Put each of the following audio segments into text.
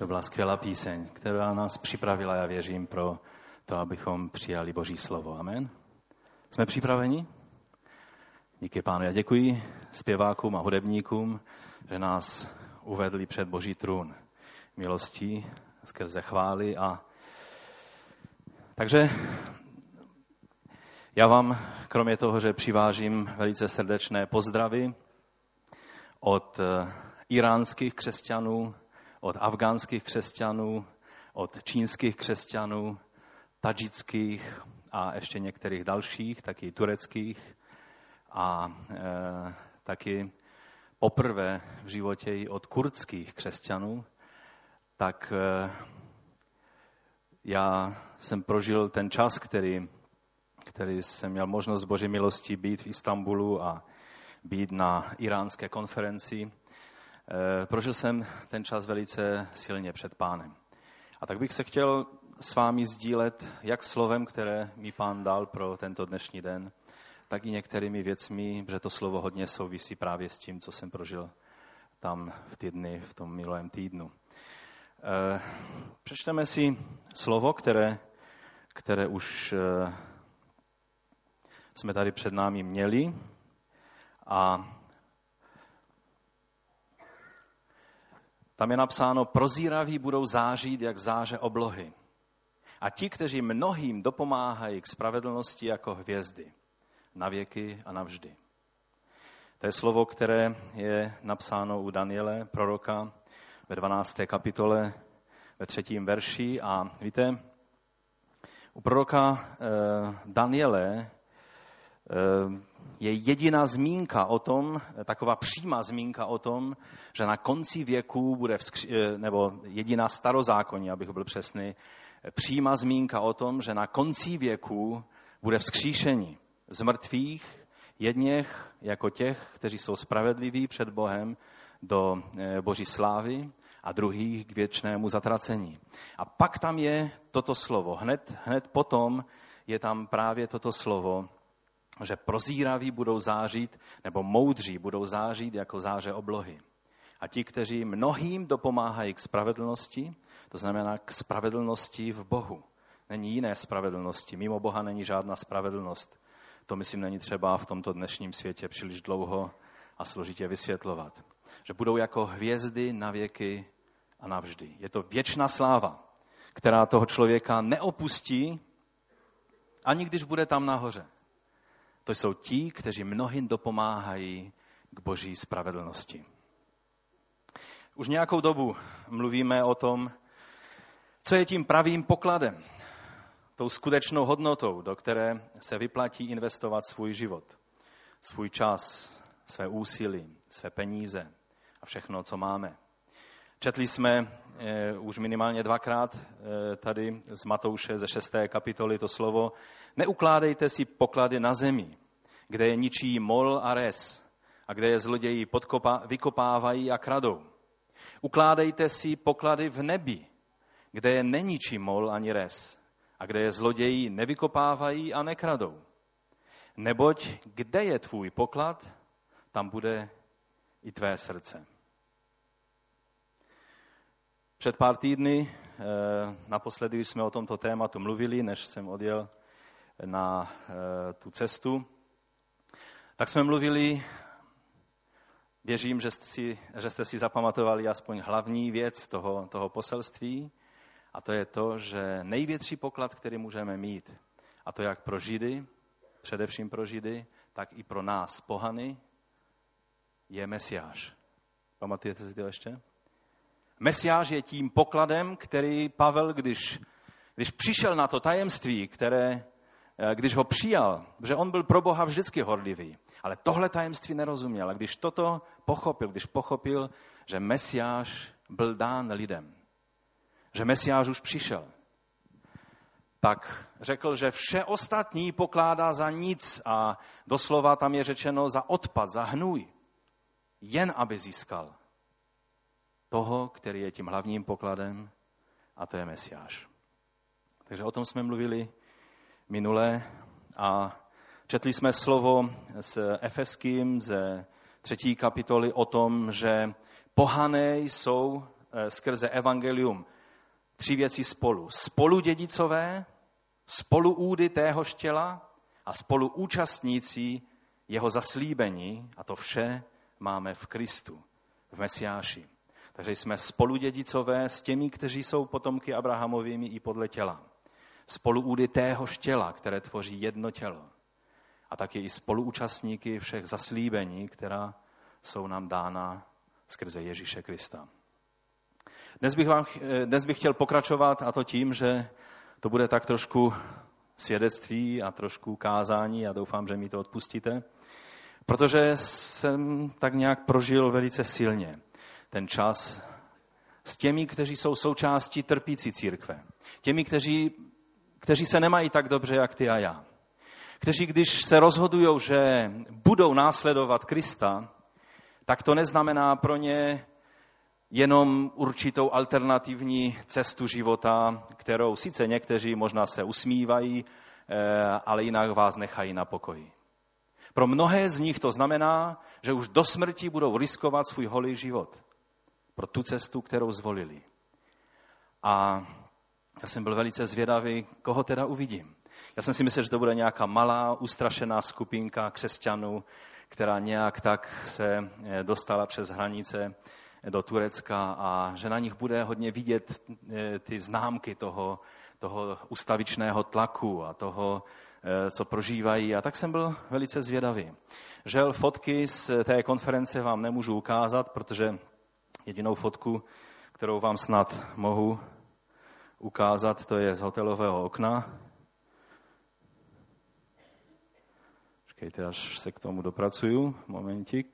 To byla skvělá píseň, která nás připravila, já věřím, pro to, abychom přijali Boží slovo. Amen. Jsme připraveni? Díky Pánu. Já děkuji zpěvákům a hudebníkům, že nás uvedli před Boží trůn milostí skrze chvály. Takže já vám, kromě toho, že přivážím velice srdečné pozdravy od iránských křesťanů, od afgánských křesťanů, od čínských křesťanů, tadžických a ještě některých dalších, taky tureckých a taky poprvé v životě i od kurdských křesťanů, tak já jsem prožil ten čas, který jsem měl možnost z Boží milosti být v Istanbulu a být na iránské konferenci. Prožil jsem ten čas velice silně před Pánem. A tak bych se chtěl s vámi sdílet jak slovem, které mi Pán dal pro tento dnešní den, tak i některými věcmi, protože to slovo hodně souvisí právě s tím, co jsem prožil tam v tom minulém týdnu. Přečteme si slovo, které už jsme tady před námi měli a tam je napsáno, prozíraví budou zářit jak záře oblohy. A ti, kteří mnohým dopomáhají k spravedlnosti jako hvězdy, na věky a navždy. To je slovo, které je napsáno u Daniele, proroka, ve 12. kapitole, ve 3. verši. A víte, u proroka Daniele je jediná zmínka o tom, taková přímá zmínka o tom, že na konci věku bude, nebo jediná starozákonní, abych byl přesný, přímá zmínka o tom, že na konci věku bude vzkříšení z mrtvých, jedněch jako těch, kteří jsou spravedliví před Bohem do Boží slávy a druhých k věčnému zatracení. A pak tam je toto slovo. Hned potom je tam právě toto slovo, že prozíraví budou zářit, nebo moudří budou zářit jako záře oblohy. A ti, kteří mnohým dopomáhají k spravedlnosti, to znamená k spravedlnosti v Bohu. Není jiné spravedlnosti. Mimo Boha není žádná spravedlnost. To, myslím, není třeba v tomto dnešním světě příliš dlouho a složitě vysvětlovat. Že budou jako hvězdy na věky a navždy. Je to věčná sláva, která toho člověka neopustí, ani když bude tam nahoře. To jsou ti, kteří mnohým dopomáhají k Boží spravedlnosti. Už nějakou dobu mluvíme o tom, co je tím pravým pokladem, tou skutečnou hodnotou, do které se vyplatí investovat svůj život, svůj čas, své úsilí, své peníze a všechno, co máme. Četli jsme už minimálně 2krát tady z Matouše ze 6. kapitoly to slovo: neukládejte si poklady na zemi, kde je ničí mol a res a kde je zloději vykopávají a kradou. Ukládejte si poklady v nebi, kde je neničí mol ani res a kde je zloději nevykopávají a nekradou. Neboť kde je tvůj poklad, tam bude i tvé srdce. Před pár týdny, naposledy, když jsme o tomto tématu mluvili, než jsem odjel na tu cestu, tak jsme mluvili, věřím, že jste si zapamatovali aspoň hlavní věc toho poselství, a to je to, že největší poklad, který můžeme mít, a to jak pro Židy, především pro Židy, tak i pro nás, pohany, je Mesiáš. Pamatujete si to ještě? Mesiáš je tím pokladem, který Pavel, když přišel na to tajemství, když ho přijal, že on byl pro Boha vždycky horlivý, ale tohle tajemství nerozuměl. A když toto pochopil, že Mesiáš byl dán lidem, že Mesiáš už přišel, tak řekl, že vše ostatní pokládá za nic a doslova tam je řečeno za odpad, za hnůj, jen aby získal toho, který je tím hlavním pokladem, a to je Mesiáš. Takže o tom jsme mluvili minule a četli jsme slovo s Efeským ze 3. kapitoly o tom, že pohané jsou skrze evangelium 3 věci spolu. Spoludědicové, spoluúdy téhož těla a spoluúčastníci jeho zaslíbení, a to vše máme v Kristu, v Mesiáši. Takže jsme spoludědicové s těmi, kteří jsou potomky Abrahamovými i podle těla. Spoluúdy téhož těla, které tvoří jedno tělo. A taky i spoluúčastníky všech zaslíbení, která jsou nám dána skrze Ježíše Krista. Dnes bych chtěl pokračovat, a to tím, že to bude tak trošku svědectví a trošku kázání, a doufám, že mi to odpustíte, protože jsem tak nějak prožil velice silně ten čas s těmi, kteří jsou součástí trpící církve. Těmi, kteří se nemají tak dobře, jak ty a já. Kteří, když se rozhodují, že budou následovat Krista, tak to neznamená pro ně jenom určitou alternativní cestu života, kterou sice někteří možná se usmívají, ale jinak vás nechají na pokoji. Pro mnohé z nich to znamená, že už do smrti budou riskovat svůj holý život pro tu cestu, kterou zvolili. A já jsem byl velice zvědavý, koho teda uvidím. Já jsem si myslel, že to bude nějaká malá, ustrašená skupinka křesťanů, která nějak tak se dostala přes hranice do Turecka a že na nich bude hodně vidět ty známky toho ustavičného tlaku a toho, co prožívají. A tak jsem byl velice zvědavý. Žel fotky z té konference vám nemůžu ukázat, protože jedinou fotku, kterou vám snad mohu ukázat, to je z hotelového okna. Počkejte, až se k tomu dopracuju. Momentík.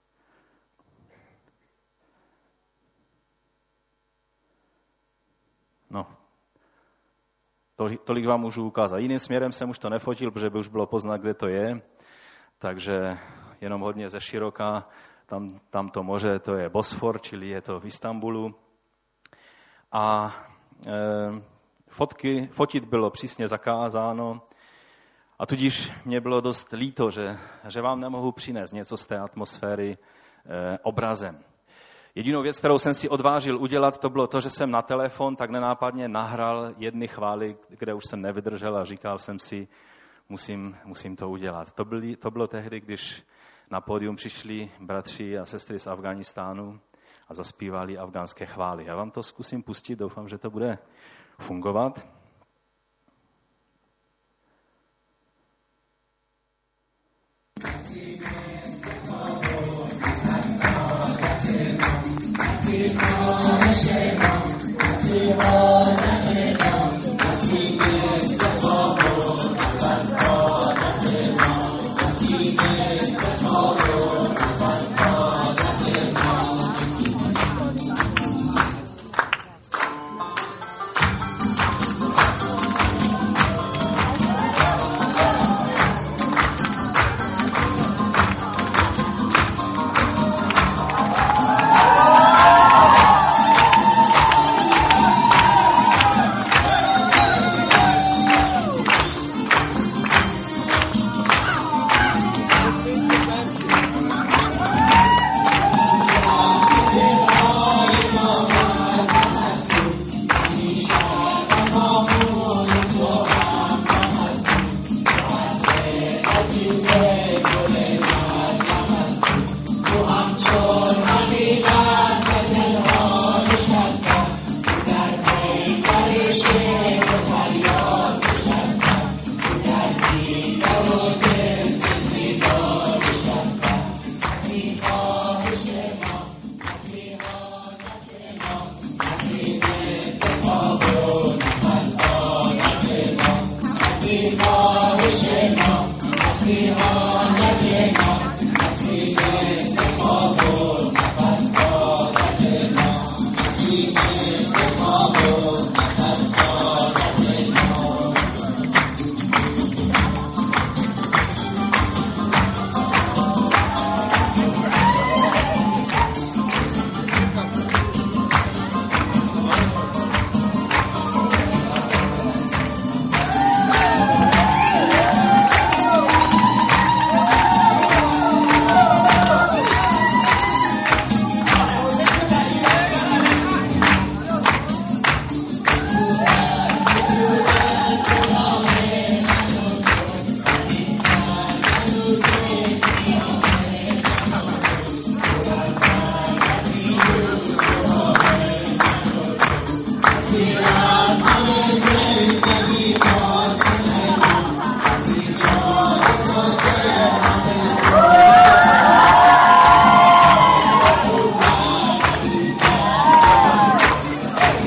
No, tolik vám můžu ukázat. Jiným směrem jsem už to nefotil, protože by už bylo poznat, kde to je. Takže jenom hodně ze široka. Tam to moře, to je Bosfor, čili je to v Istanbulu. A fotit bylo přísně zakázáno. A tudíž mě bylo dost líto, že vám nemohu přinést něco z té atmosféry obrazem. Jedinou věc, kterou jsem si odvážil udělat, to bylo to, že jsem na telefon tak nenápadně nahrál jedny chvály, kde už jsem nevydržel a říkal jsem si, musím to udělat. To bylo tehdy, když na pódium přišli bratři a sestry z Afghánistánu a zaspívali afgánské chvály. Já vám to zkusím pustit, doufám, že to bude fungovat.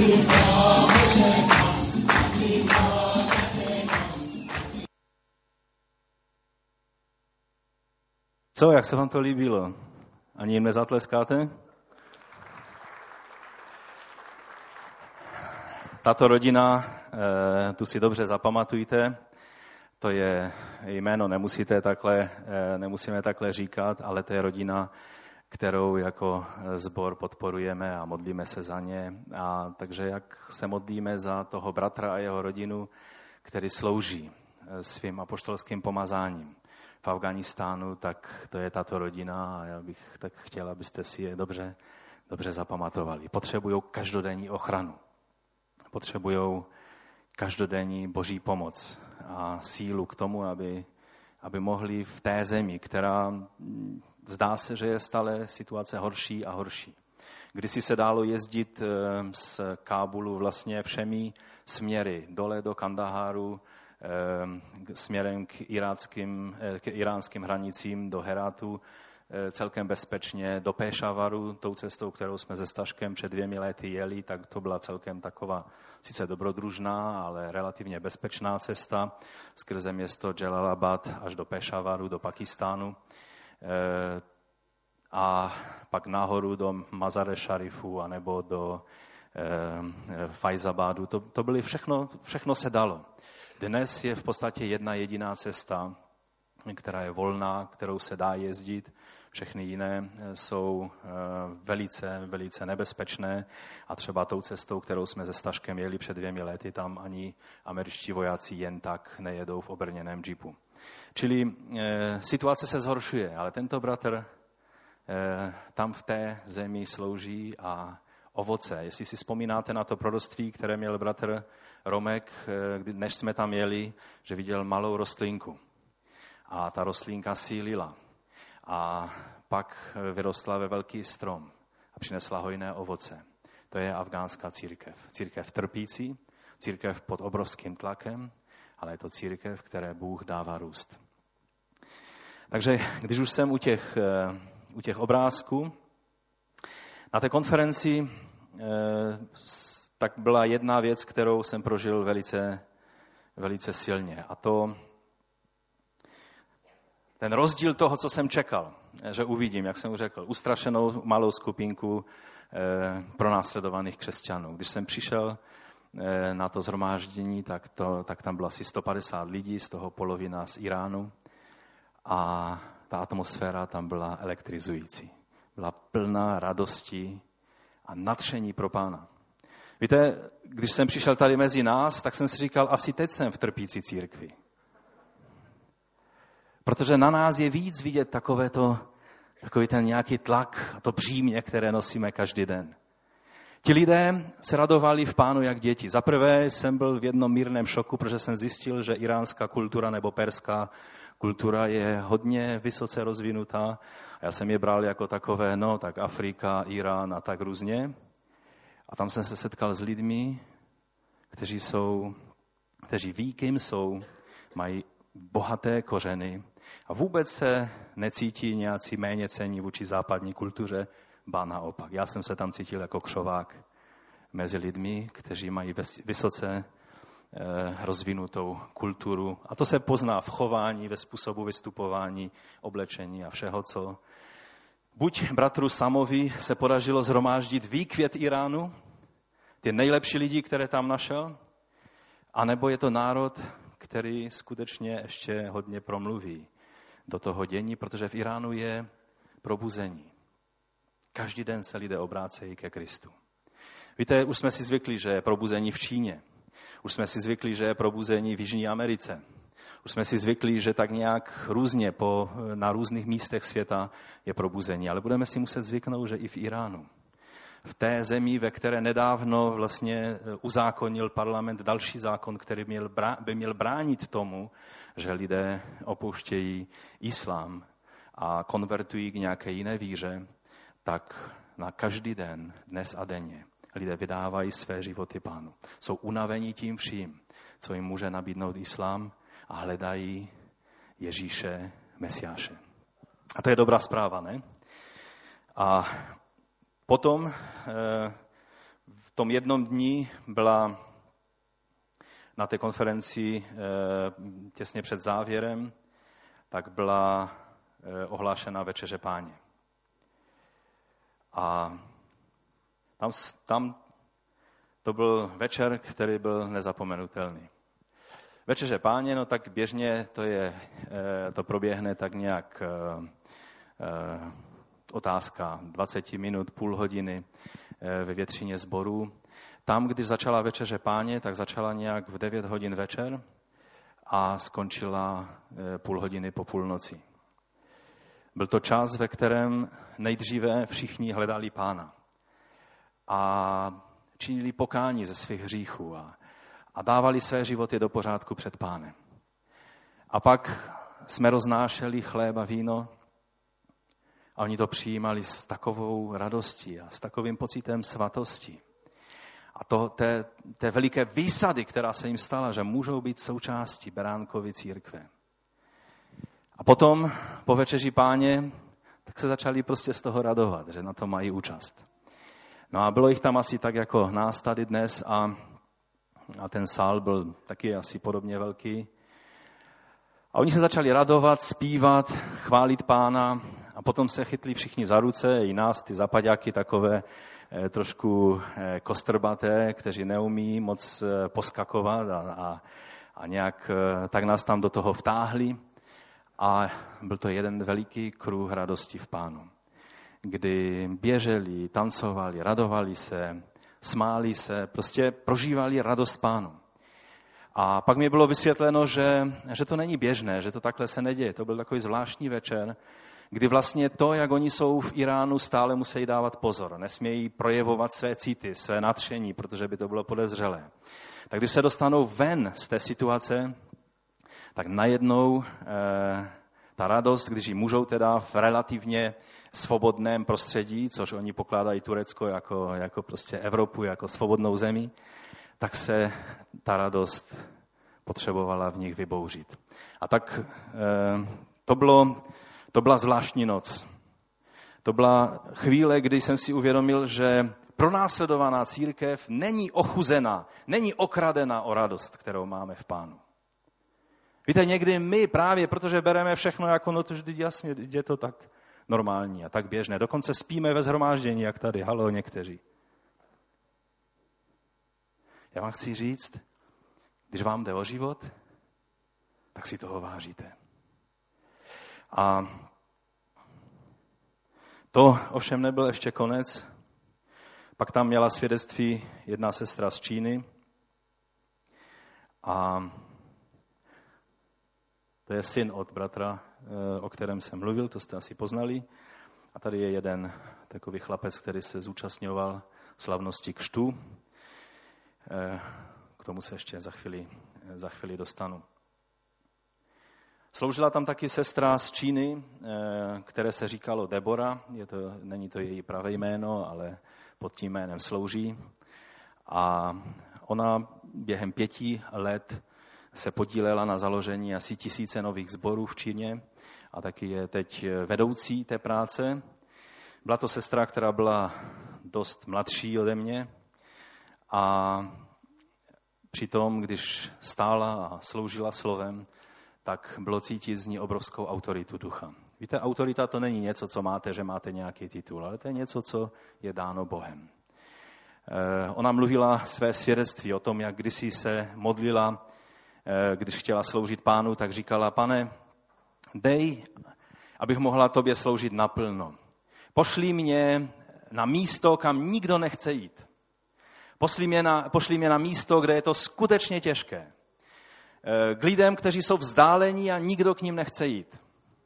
Co, jak se vám to líbilo? Ani jim nezatleskáte? Tato rodina, tu si dobře zapamatujte, to je jméno, nemusíme takhle říkat, ale to je rodina, kterou jako sbor podporujeme a modlíme se za ně. A takže jak se modlíme za toho bratra a jeho rodinu, který slouží svým apoštolským pomazáním v Afghánistánu, tak to je tato rodina a já bych tak chtěl, abyste si je dobře zapamatovali. Potřebují každodenní ochranu. Potřebují každodenní boží pomoc a sílu k tomu, aby mohli v té zemi, která zdá se, že je stále situace horší a horší. Kdysi se dálo jezdit z Kábulu vlastně všemi směry, dole do Kandaháru, směrem k iránským hranicím, do Herátu, celkem bezpečně, do Péšavaru, tou cestou, kterou jsme se Staškem před 2 lety jeli, tak to byla celkem taková sice dobrodružná, ale relativně bezpečná cesta skrze město Jalalabad až do Péšavaru, do Pakistánu a pak nahoru do Mazar-e Sharifu anebo do Faizabadu. To byly všechno se dalo. Dnes je v podstatě jedna jediná cesta, která je volná, kterou se dá jezdit. Všechny jiné jsou velice nebezpečné a třeba tou cestou, kterou jsme se Staškem jeli před 2 lety, tam ani američtí vojáci jen tak nejedou v obrněném džipu. Čili situace se zhoršuje, ale tento bratr tam v té zemi slouží a ovoce. Jestli si vzpomínáte na to proroctví, které měl bratr Romek, než jsme tam jeli, že viděl malou rostlinku. A ta rostlinka sílila. A pak vyrostla ve velký strom a přinesla hojné ovoce. To je afgánská církev. Církev trpící, církev pod obrovským tlakem, ale je to církev, které Bůh dává růst. Takže když už jsem u těch obrázků, na té konferenci tak byla jedna věc, kterou jsem prožil velice silně. A to ten rozdíl toho, co jsem čekal, že uvidím, jak jsem už řekl, ustrašenou malou skupinku pronásledovaných křesťanů. Když jsem přišel na to shromáždění, tak tam bylo asi 150 lidí, z toho polovina z Iránu. A ta atmosféra tam byla elektrizující. Byla plná radosti a nadšení pro Pána. Víte, když jsem přišel tady mezi nás, tak jsem si říkal, asi teď jsem v trpící církvi. Protože na nás je víc vidět takový ten nějaký tlak a to břímě, které nosíme každý den. Ti lidé se radovali v Pánu jak děti. Za prvé jsem byl v jednom mírném šoku, protože jsem zjistil, že iránská kultura nebo perská kultura je hodně vysoce rozvinutá. A já jsem je bral jako takové, tak Afrika, Irán a tak různě. A tam jsem se setkal s lidmi, kteří ví, kým jsou, mají bohaté kořeny a vůbec se necítí nějací méněcenní vůči západní kultuře, ba naopak. Já jsem se tam cítil jako křovák mezi lidmi, kteří mají vysoce rozvinutou kulturu. A to se pozná v chování, ve způsobu vystupování, oblečení a všeho, co. Buď bratru Samovi se podařilo shromáždit výkvět Iránu, ty nejlepší lidi, které tam našel, anebo je to národ, který skutečně ještě hodně promluví do toho dění, protože v Iránu je probuzení. Každý den se lidé obrácejí ke Kristu. Víte, už jsme si zvykli, že je probuzení v Číně. Už jsme si zvykli, že je probuzení v Jižní Americe. Už jsme si zvykli, že tak nějak různě na různých místech světa je probuzení. Ale budeme si muset zvyknout, že i v Iránu. V té zemi, ve které nedávno vlastně uzákonil parlament další zákon, který by měl bránit tomu, že lidé opouštějí islám a konvertují k nějaké jiné víře, tak na každý den, dnes a denně, lidé vydávají své životy Pánu. Jsou unavení tím vším, co jim může nabídnout islám a hledají Ježíše, Mesiáše. A to je dobrá zpráva, ne? A potom tom jednom dni byla na té konferenci těsně před závěrem, tak byla ohlášena Večeře Páně. A tam to byl večer, který byl nezapomenutelný. Večeře Páně, no tak běžně to proběhne tak nějak otázka 20 minut, půl hodiny ve většině sborů. Tam, když začala Večeře Páně, tak začala nějak v 9 hodin večer a skončila půl hodiny po půlnoci. Byl to čas, ve kterém nejdříve všichni hledali Pána a činili pokání ze svých hříchů a dávali své životy do pořádku před Pánem. A pak jsme roznášeli chléb a víno a oni to přijímali s takovou radostí a s takovým pocitem svatosti. A té veliké výsady, která se jim stala, že můžou být součástí Beránkovy církve. A potom po Večeři Páně tak se začali prostě z toho radovat, že na to mají účast. No a bylo jich tam asi tak jako nás tady dnes a ten sál byl taky asi podobně velký. A oni se začali radovat, zpívat, chválit Pána a potom se chytli všichni za ruce, i nás, ty zapaďáky takové trošku kostrbaté, kteří neumí moc poskakovat a nějak tak nás tam do toho vtáhli. A byl to jeden veliký kruh radosti v Pánu, kdy běželi, tancovali, radovali se, smáli se, prostě prožívali radost Pánu. A pak mi bylo vysvětleno, že to není běžné, že to takhle se neděje. To byl takový zvláštní večer, kdy vlastně to, jak oni jsou v Iránu, stále musí dávat pozor. Nesmějí projevovat své city, své nadšení, protože by to bylo podezřelé. Tak když se dostanou ven z té situace, tak najednou ta radost, když ji můžou teda v relativně svobodném prostředí, což oni pokládají Turecko jako prostě Evropu, jako svobodnou zemi, tak se ta radost potřebovala v nich vybouřit. A tak to byla zvláštní noc. To byla chvíle, kdy jsem si uvědomil, že pronásledovaná církev není ochuzena, není okradena o radost, kterou máme v Pánu. Víte, někdy my právě, protože bereme všechno jako, no to vždy jasně, je to tak normální a tak běžné. Dokonce spíme ve shromáždění, jak tady, halo někteří. Já vám chci říct, když vám jde o život, tak si toho vážíte. A to ovšem nebyl ještě konec. Pak tam měla svědectví jedna sestra z Číny a to je syn od bratra, o kterém jsem mluvil, to jste asi poznali. A tady je jeden takový chlapec, který se zúčastňoval slavnosti křtu. K tomu se ještě za chvíli dostanu. Sloužila tam taky sestra z Číny, které se říkalo Debora. Není to její pravé jméno, ale pod tím jménem slouží. A ona během 5 let se podílela na založení asi 1000 nových sborů v Číně a taky je teď vedoucí té práce. Byla to sestra, která byla dost mladší ode mě a přitom, když stála a sloužila slovem, tak bylo cítit z ní obrovskou autoritu ducha. Víte, autorita to není něco, co máte, že máte nějaký titul, ale to je něco, co je dáno Bohem. Ona mluvila své svědectví o tom, jak kdysi se modlila, když chtěla sloužit Pánu, tak říkala: Pane, dej, abych mohla tobě sloužit naplno. Pošli mě na místo, kam nikdo nechce jít. Pošli mě na místo, kde je to skutečně těžké. K lidem, kteří jsou vzdálení a nikdo k ním nechce jít.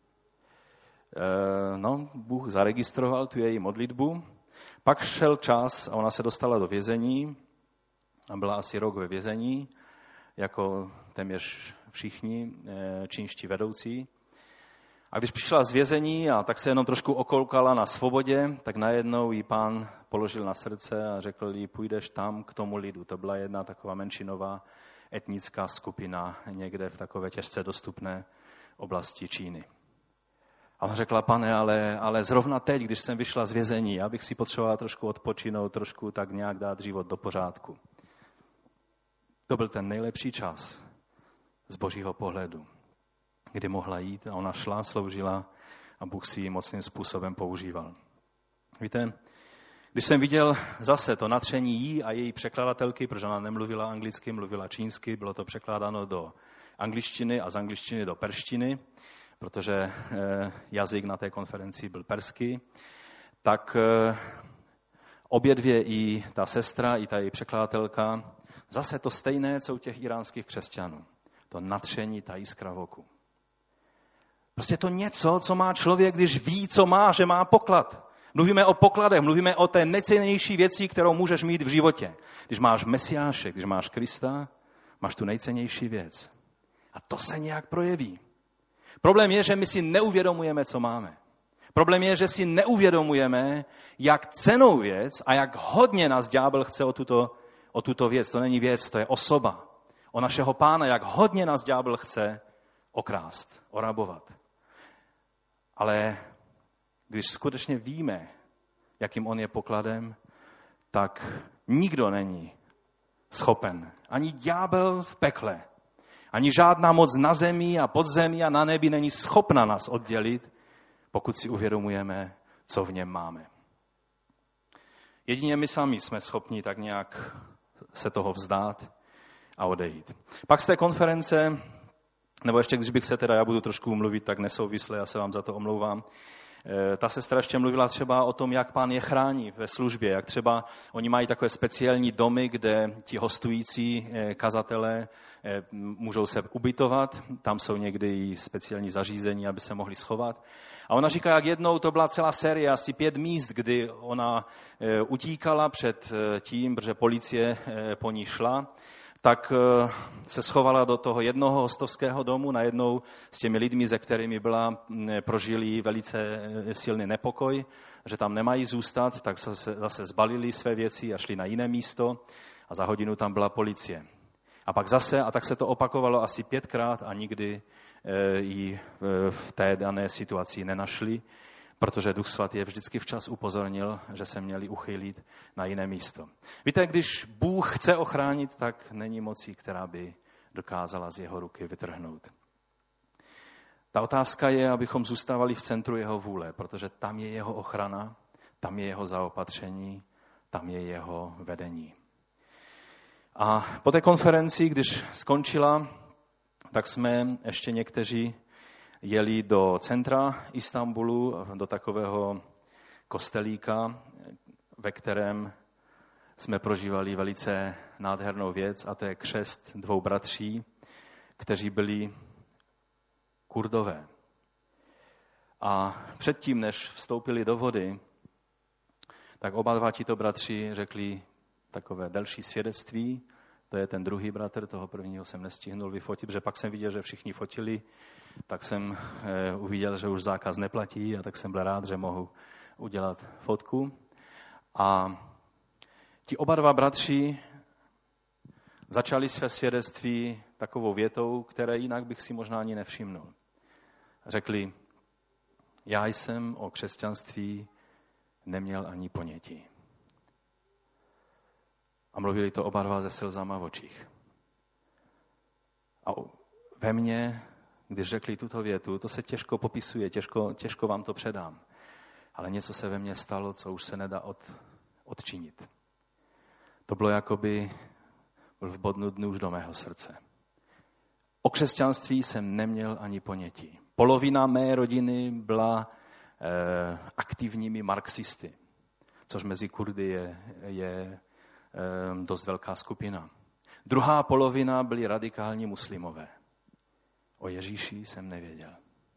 Bůh zaregistroval tu její modlitbu. Pak šel čas a ona se dostala do vězení a byla asi rok ve vězení, jako téměř všichni čínští vedoucí. A když přišla z vězení a tak se jenom trošku okoukala na svobodě, tak najednou jí Pán položil na srdce a řekl jí: půjdeš tam k tomu lidu. To byla jedna taková menšinová etnická skupina někde v takové těžce dostupné oblasti Číny. A ona řekla, pane, ale zrovna teď, když jsem vyšla z vězení, já bych si potřebovala trošku odpočinout, trošku tak nějak dát život do pořádku. To byl ten nejlepší čas z Božího pohledu, kdy mohla jít a ona šla, sloužila a Bůh si ji mocným způsobem používal. Víte, když jsem viděl zase to natření jí a její překladatelky, protože ona nemluvila anglicky, mluvila čínsky, bylo to překládáno do angličtiny a z angličtiny do perštiny, protože jazyk na té konferenci byl perský, tak obě dvě, i ta sestra, i ta její překladatelka, zase to stejné, co u těch iránských křesťanů. To natření, ta jiskra v oku. Prostě to něco, co má člověk, když ví, co má, že má poklad. Mluvíme o pokladech, mluvíme o té nejcennější věci, kterou můžeš mít v životě. Když máš Mesiáše, když máš Krista, máš tu nejcennější věc. A to se nějak projeví. Problém je, že my si neuvědomujeme, co máme. Problém je, že si neuvědomujeme, jak cennou věc a jak hodně nás ďábel chce o tuto věc. To není věc, to je osoba. O našeho Pána, jak hodně nás ďábel chce okrást, orabovat. Ale když skutečně víme, jakým on je pokladem, tak nikdo není schopen. Ani ďábel v pekle, ani žádná moc na zemi a pod zemí a na nebi není schopna nás oddělit, pokud si uvědomujeme, co v něm máme. Jedině my sami jsme schopni tak nějak se toho vzdát a odejít. Pak z té konference, nebo ještě když bych se já budu trošku mluvit tak nesouvisle, já se vám za to omlouvám, ta sestra ještě mluvila třeba o tom, jak Pán je chrání ve službě, jak třeba oni mají takové speciální domy, kde ti hostující kazatelé můžou se ubytovat, tam jsou někdy i speciální zařízení, aby se mohli schovat. A ona říká, jak jednou to byla celá série, asi 5 míst, kdy ona utíkala před tím, protože policie po ní šla, tak se schovala do toho jednoho hostovského domu, najednou s těmi lidmi, se kterými byla, prožili velice silný nepokoj, že tam nemají zůstat, tak zase zbalili své věci a šli na jiné místo a za hodinu tam byla policie. A pak zase, a tak se to opakovalo asi 5krát a nikdy ji v té dané situaci nenašli, protože Duch Svatý je vždycky včas upozornil, že se měli uchylit na jiné místo. Víte, když Bůh chce ochránit, tak není mocí, která by dokázala z jeho ruky vytrhnout. Ta otázka je, abychom zůstávali v centru jeho vůle, protože tam je jeho ochrana, tam je jeho zaopatření, tam je jeho vedení. A po té konferenci, když skončila, tak jsme ještě někteří jeli do centra Istanbulu, do takového kostelíka, ve kterém jsme prožívali velice nádhernou věc, a to je křest 2 bratří, kteří byli Kurdové. A předtím, než vstoupili do vody, tak oba dva tito bratři řekli takové delší svědectví. To je ten druhý bratr, toho prvního jsem nestihnul vyfotit, protože pak jsem viděl, že všichni fotili, tak jsem uviděl, že už zákaz neplatí, a tak jsem byl rád, že mohu udělat fotku. A ti oba dva bratři začali své svědectví takovou větou, které jinak bych si možná ani nevšimnul. Řekli, já jsem o křesťanství neměl ani ponětí. A mluvili to oba dva se slzama v očích. A ve mně, když řekli tuto větu, to se těžko popisuje, těžko vám to předám. Ale něco se ve mně stalo, co už se nedá odčinit. To bylo, jakoby byl vbodnut nůž do mého srdce. O křesťanství jsem neměl ani ponětí. Polovina mé rodiny byla aktivními marxisty, což mezi Kurdy je dost velká skupina. Druhá polovina byli radikální muslimové. O Ježíši jsem nevěděl.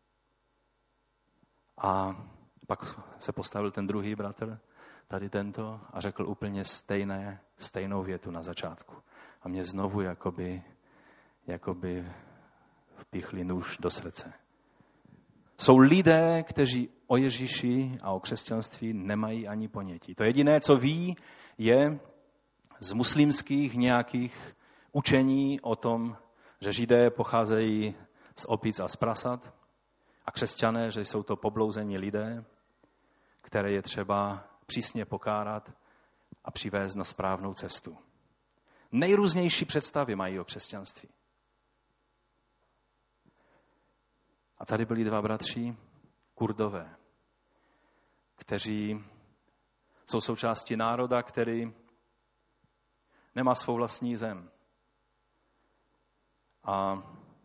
A pak se postavil ten druhý bratr, tady tento, a řekl úplně stejnou větu na začátku. A mě znovu jakoby vpíchli nůž do srdce. Jsou lidé, kteří o Ježíši a o křesťanství nemají ani ponětí. To jediné, co ví, je z muslimských nějakých učení o tom, že Židé pocházejí z opic a z prasat A křesťané, že jsou to poblouzení lidé, které je třeba přísně pokárat a přivést na správnou cestu. Nejrůznější představy mají o křesťanství. A tady byli dva bratři, Kurdové, kteří jsou součástí národa, který nemá svou vlastní zem. A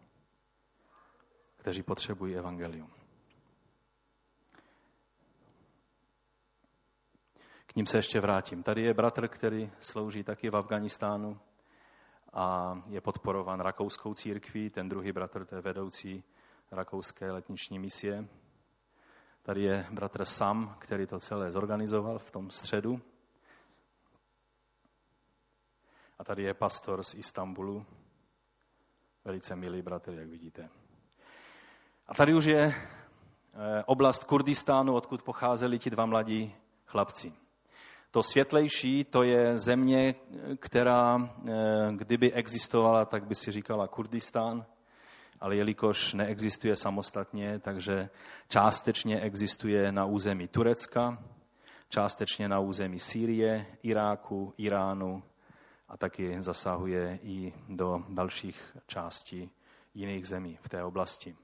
kteří potřebují evangelium. K ním se ještě vrátím. Tady je bratr, který slouží taky v Afghánistánu a je podporován rakouskou církví. Ten druhý bratr, to je vedoucí rakouské letniční misie. Tady je bratr Sam, který to celé zorganizoval v tom středu. A tady je pastor z Istanbulu. Velice milý bratr, jak vidíte. A tady už je oblast Kurdistánu, odkud pocházeli ti dva mladí chlapci. To světlejší, to je země, která, kdyby existovala, tak by si říkala Kurdistán, ale jelikož neexistuje samostatně, takže částečně existuje na území Turecka, částečně na území Sýrie, Iráku, Iránu a taky zasahuje i do dalších částí jiných zemí v té oblasti.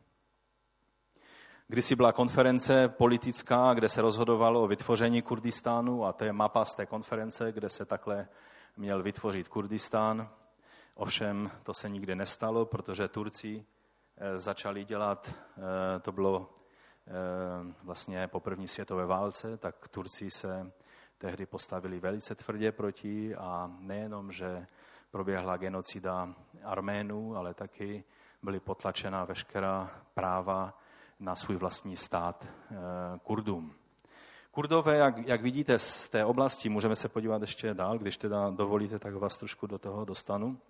Kdysi byla konference politická, kde se rozhodovalo o vytvoření Kurdistánu a to je mapa z té konference, kde se takhle měl vytvořit Kurdistán. Ovšem to se nikdy nestalo, protože Turci začali dělat, to bylo vlastně po první světové válce, tak Turci se tehdy postavili velice tvrdě proti a nejenom, že proběhla genocida Arménů, ale taky byly potlačena veškerá práva na svůj vlastní stát Kurdům. Kurdové, jak vidíte z té oblasti, můžeme se podívat ještě dál, když teda dovolíte, tak vás trošku do toho dostanu.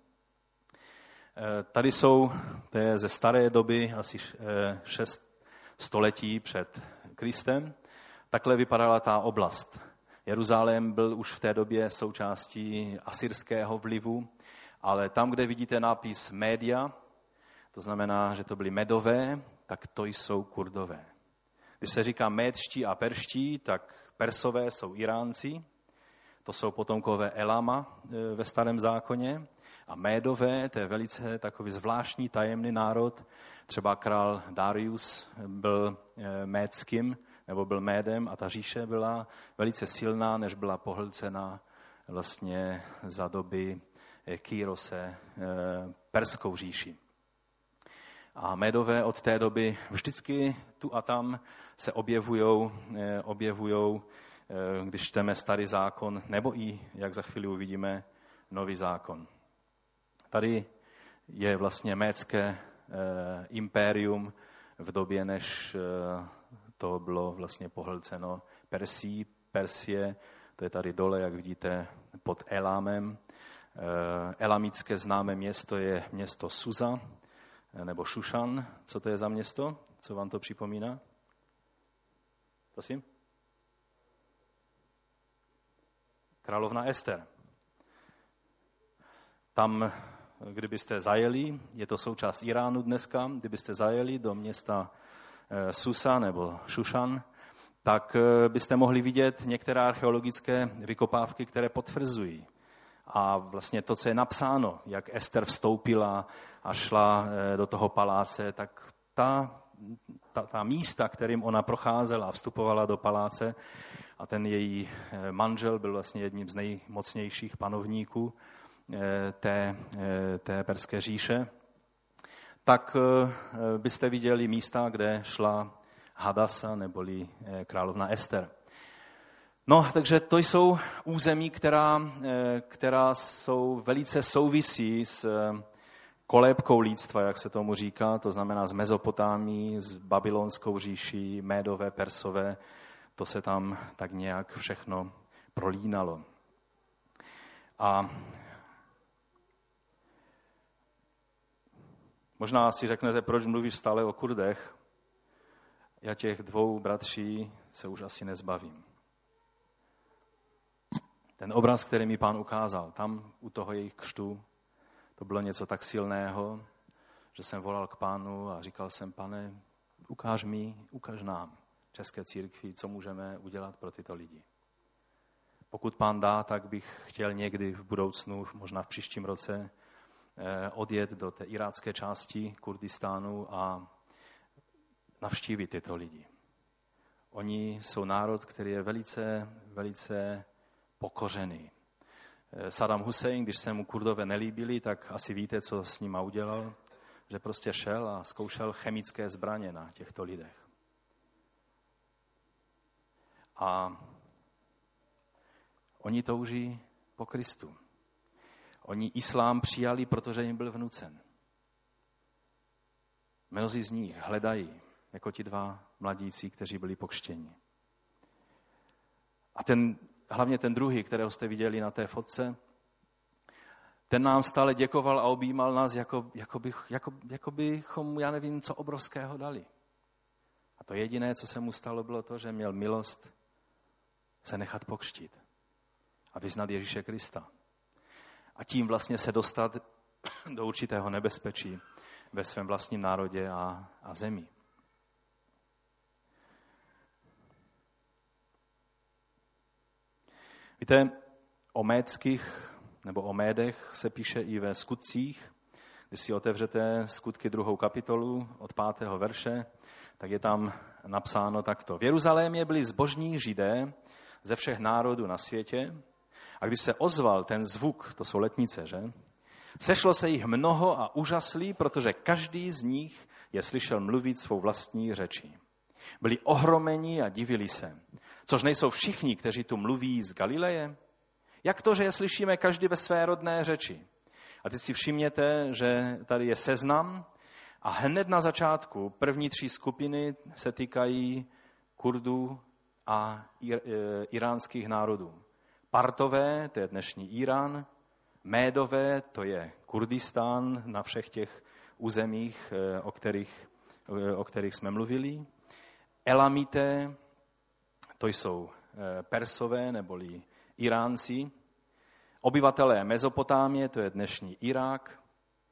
Tady jsou, to je ze staré doby, asi 6 století před Kristem. Takhle vypadala ta oblast. Jeruzalém byl už v té době součástí asyrského vlivu, ale tam, kde vidíte nápis Média, to znamená, že to byli Medové, tak to jsou Kurdové. Když se říká médští a perští, tak Persové jsou Iránci, to jsou potomkové Elama ve Starém zákoně, a Médové, to je velice takový zvláštní tajemný národ. Třeba král Darius byl médským, nebo byl Médem a ta říše byla velice silná, než byla pohlcena vlastně za doby Kýrose perskou říši. A Médové od té doby vždycky tu a tam se objevujou, když čteme Starý zákon, nebo i, jak za chvíli uvidíme, Nový zákon. Tady je vlastně médské impérium v době, než to bylo vlastně pohlceno Persí. Persie, to je tady dole, jak vidíte, pod Elámem. Elamické známé město je město Susa, nebo Šušan. Co to je za město? Co vám to připomíná? Prosím? Královna Ester. Tam, kdybyste zajeli, je to součást Iránu dneska, kdybyste zajeli do města Susa nebo Šušan, tak byste mohli vidět některé archeologické vykopávky, které potvrzují. A vlastně to, co je napsáno, jak Ester vstoupila a šla do toho paláce, tak ta místa, kterým ona procházela a vstupovala do paláce, a ten její manžel byl vlastně jedním z nejmocnějších panovníků té perské říše, tak byste viděli místa, kde šla Hadasa neboli královna Ester. No, takže to jsou území, která jsou velice souvisí s kolébkou lidstva, jak se tomu říká, to znamená s Mezopotámií, s babylonskou říší, Médové, Persové, to se tam tak nějak všechno prolínalo. A možná si řeknete, proč mluvíš stále o Kurdech. Já těch dvou bratří se už asi nezbavím. Ten obraz, který mi Pán ukázal, tam u toho jejich křtu, to bylo něco tak silného, že jsem volal k Pánu a říkal jsem, Pane, ukaž nám, České církvi, co můžeme udělat pro tyto lidi. Pokud Pán dá, tak bych chtěl někdy v budoucnu, možná v příštím roce, odjet do té irácké části Kurdistánu a navštívit tyto lidi. Oni jsou národ, který je velice, velice pokořený. Saddam Hussein, když se mu Kurdové nelíbili, tak asi víte, co s nima udělal, že prostě šel a zkoušel chemické zbraně na těchto lidech. A oni touží po Kristu. Oni islám přijali, protože jim byl vnucen. Mnozí z nich hledají, jako ti dva mladíci, kteří byli pokřtěni. A hlavně ten druhý, kterého jste viděli na té fotce, ten nám stále děkoval a objímal nás, jako bychom, já nevím, co obrovského dali. A to jediné, co se mu stalo, bylo to, že měl milost se nechat pokřtít a vyznat Ježíše Krista. A tím vlastně se dostat do určitého nebezpečí ve svém vlastním národě a zemi. Víte, o Médských nebo o Médech se píše i ve Skutcích. Když si otevřete Skutky 2. kapitolu od 5. verše, tak je tam napsáno takto. V Jeruzalémě byli zbožní Židé ze všech národů na světě a když se ozval ten zvuk, to jsou letnice, že? Sešlo se jich mnoho a úžaslí, protože každý z nich je slyšel mluvit svou vlastní řečí. Byli ohromeni a divili se. Což nejsou všichni, kteří tu mluví z Galileje? Jak to, že je slyšíme každý ve své rodné řeči? A teď si všimněte, že tady je seznam a hned na začátku první 3 skupiny se týkají Kurdů a iránských národů. Partové, to je dnešní Irán, Médové, to je Kurdistán na všech těch územích, o kterých jsme mluvili. Elamité, to jsou Persové neboli Iránci. Obyvatelé Mezopotámie, to je dnešní Irák.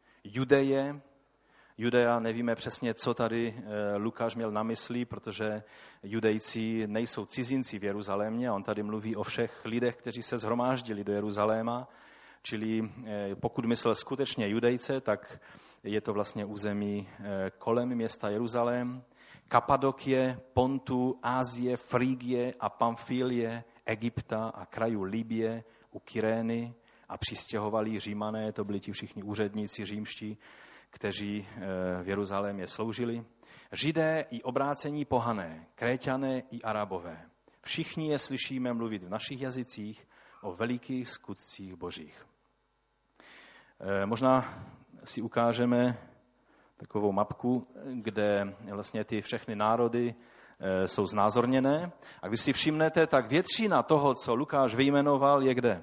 Judea, nevíme přesně, co tady Lukáš měl na mysli, protože Judejci nejsou cizinci v Jeruzalémě a on tady mluví o všech lidech, kteří se shromáždili do Jeruzaléma. Čili pokud myslel skutečně Judejce, tak je to vlastně území kolem města Jeruzalém. Kapadokie, Pontu, Ázie, Frígie a Pamfílie, Egypta a krajů Libye u Kyrény a přistěhovali Římané, to byli ti všichni úředníci římští, kteří v Jeruzalémě sloužili. Židé i obrácení pohané, Kréťané i Arabové. Všichni je slyšíme mluvit v našich jazycích o velikých skutcích božích. Možná si ukážeme takovou mapku, kde vlastně ty všechny národy jsou znázorněné. A když si všimnete, tak většina toho, co Lukáš vyjmenoval, je kde?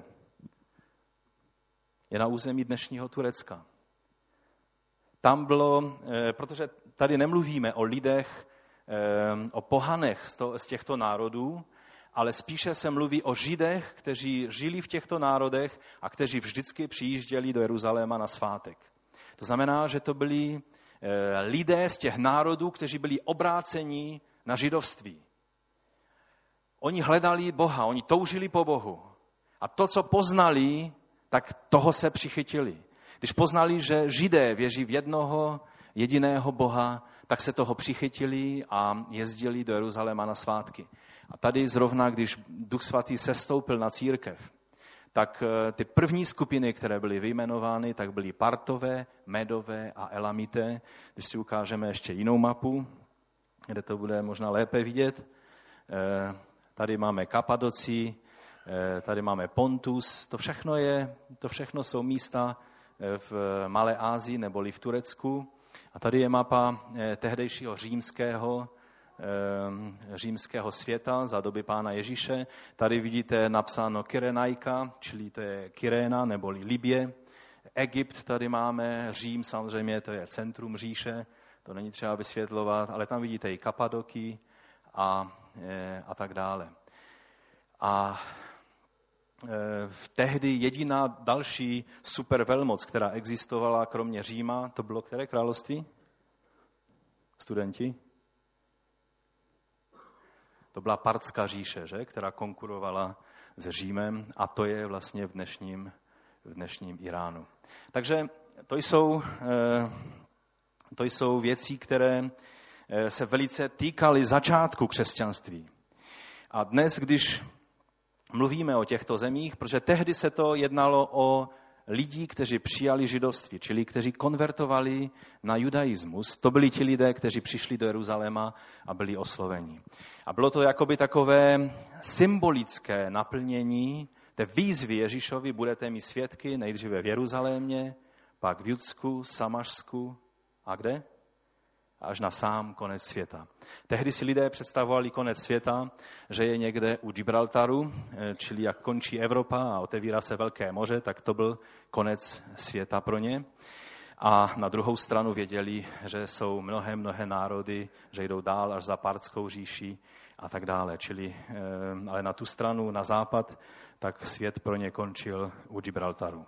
Je na území dnešního Turecka. Tam bylo, protože tady nemluvíme o lidech, o pohanech z těchto národů, ale spíše se mluví o Židech, kteří žili v těchto národech a kteří vždycky přijížděli do Jeruzaléma na svátek. To znamená, že to byli lidé z těch národů, kteří byli obráceni na židovství. Oni hledali Boha, oni toužili po Bohu. A to, co poznali, tak toho se přichytili. Když poznali, že Židé věří v jednoho jediného Boha, tak se toho přichytili a jezdili do Jeruzaléma na svátky. A tady zrovna, když Duch Svatý sestoupil na církev, tak ty první skupiny, které byly vyjmenovány, tak byly Partové, Médové a Elamité. Když si ukážeme ještě jinou mapu, kde to bude možná lépe vidět. Tady máme Kapadocii, tady máme Pontus. To všechno jsou místa v Malé Asii neboli v Turecku. A tady je mapa tehdejšího římského světa za doby Pána Ježíše. Tady vidíte napsáno Kyrenajka, čili to je Kyréna neboli Libye. Egypt tady máme, Řím samozřejmě, to je centrum říše, to není třeba vysvětlovat, ale tam vidíte i Kapadoky a tak dále. A tehdy jediná další supervelmoc, která existovala kromě Říma, to bylo které království? Studenti? To byla Partská říše, že? Která konkurovala s Římem a to je vlastně v dnešním Iránu. Takže to jsou věci, které se velice týkaly začátku křesťanství. A dnes, když mluvíme o těchto zemích, protože tehdy se to jednalo o lidí, kteří přijali židovství, čili kteří konvertovali na judaismus. To byli ti lidé, kteří přišli do Jeruzaléma a byli osloveni. A bylo to jakoby takové symbolické naplnění té výzvy Ježíšovi, budete mi svědky nejdříve v Jeruzalémě, pak v Judsku, Samařsku a kde? Až na sám konec světa. Tehdy si lidé představovali konec světa, že je někde u Gibraltaru, čili jak končí Evropa a otevírá se Velké moře, tak to byl konec světa pro ně. A na druhou stranu věděli, že jsou mnohé národy, že jdou dál až za Partskou říši a tak dále. Čili, ale na tu stranu, na západ, tak svět pro ně končil u Gibraltaru.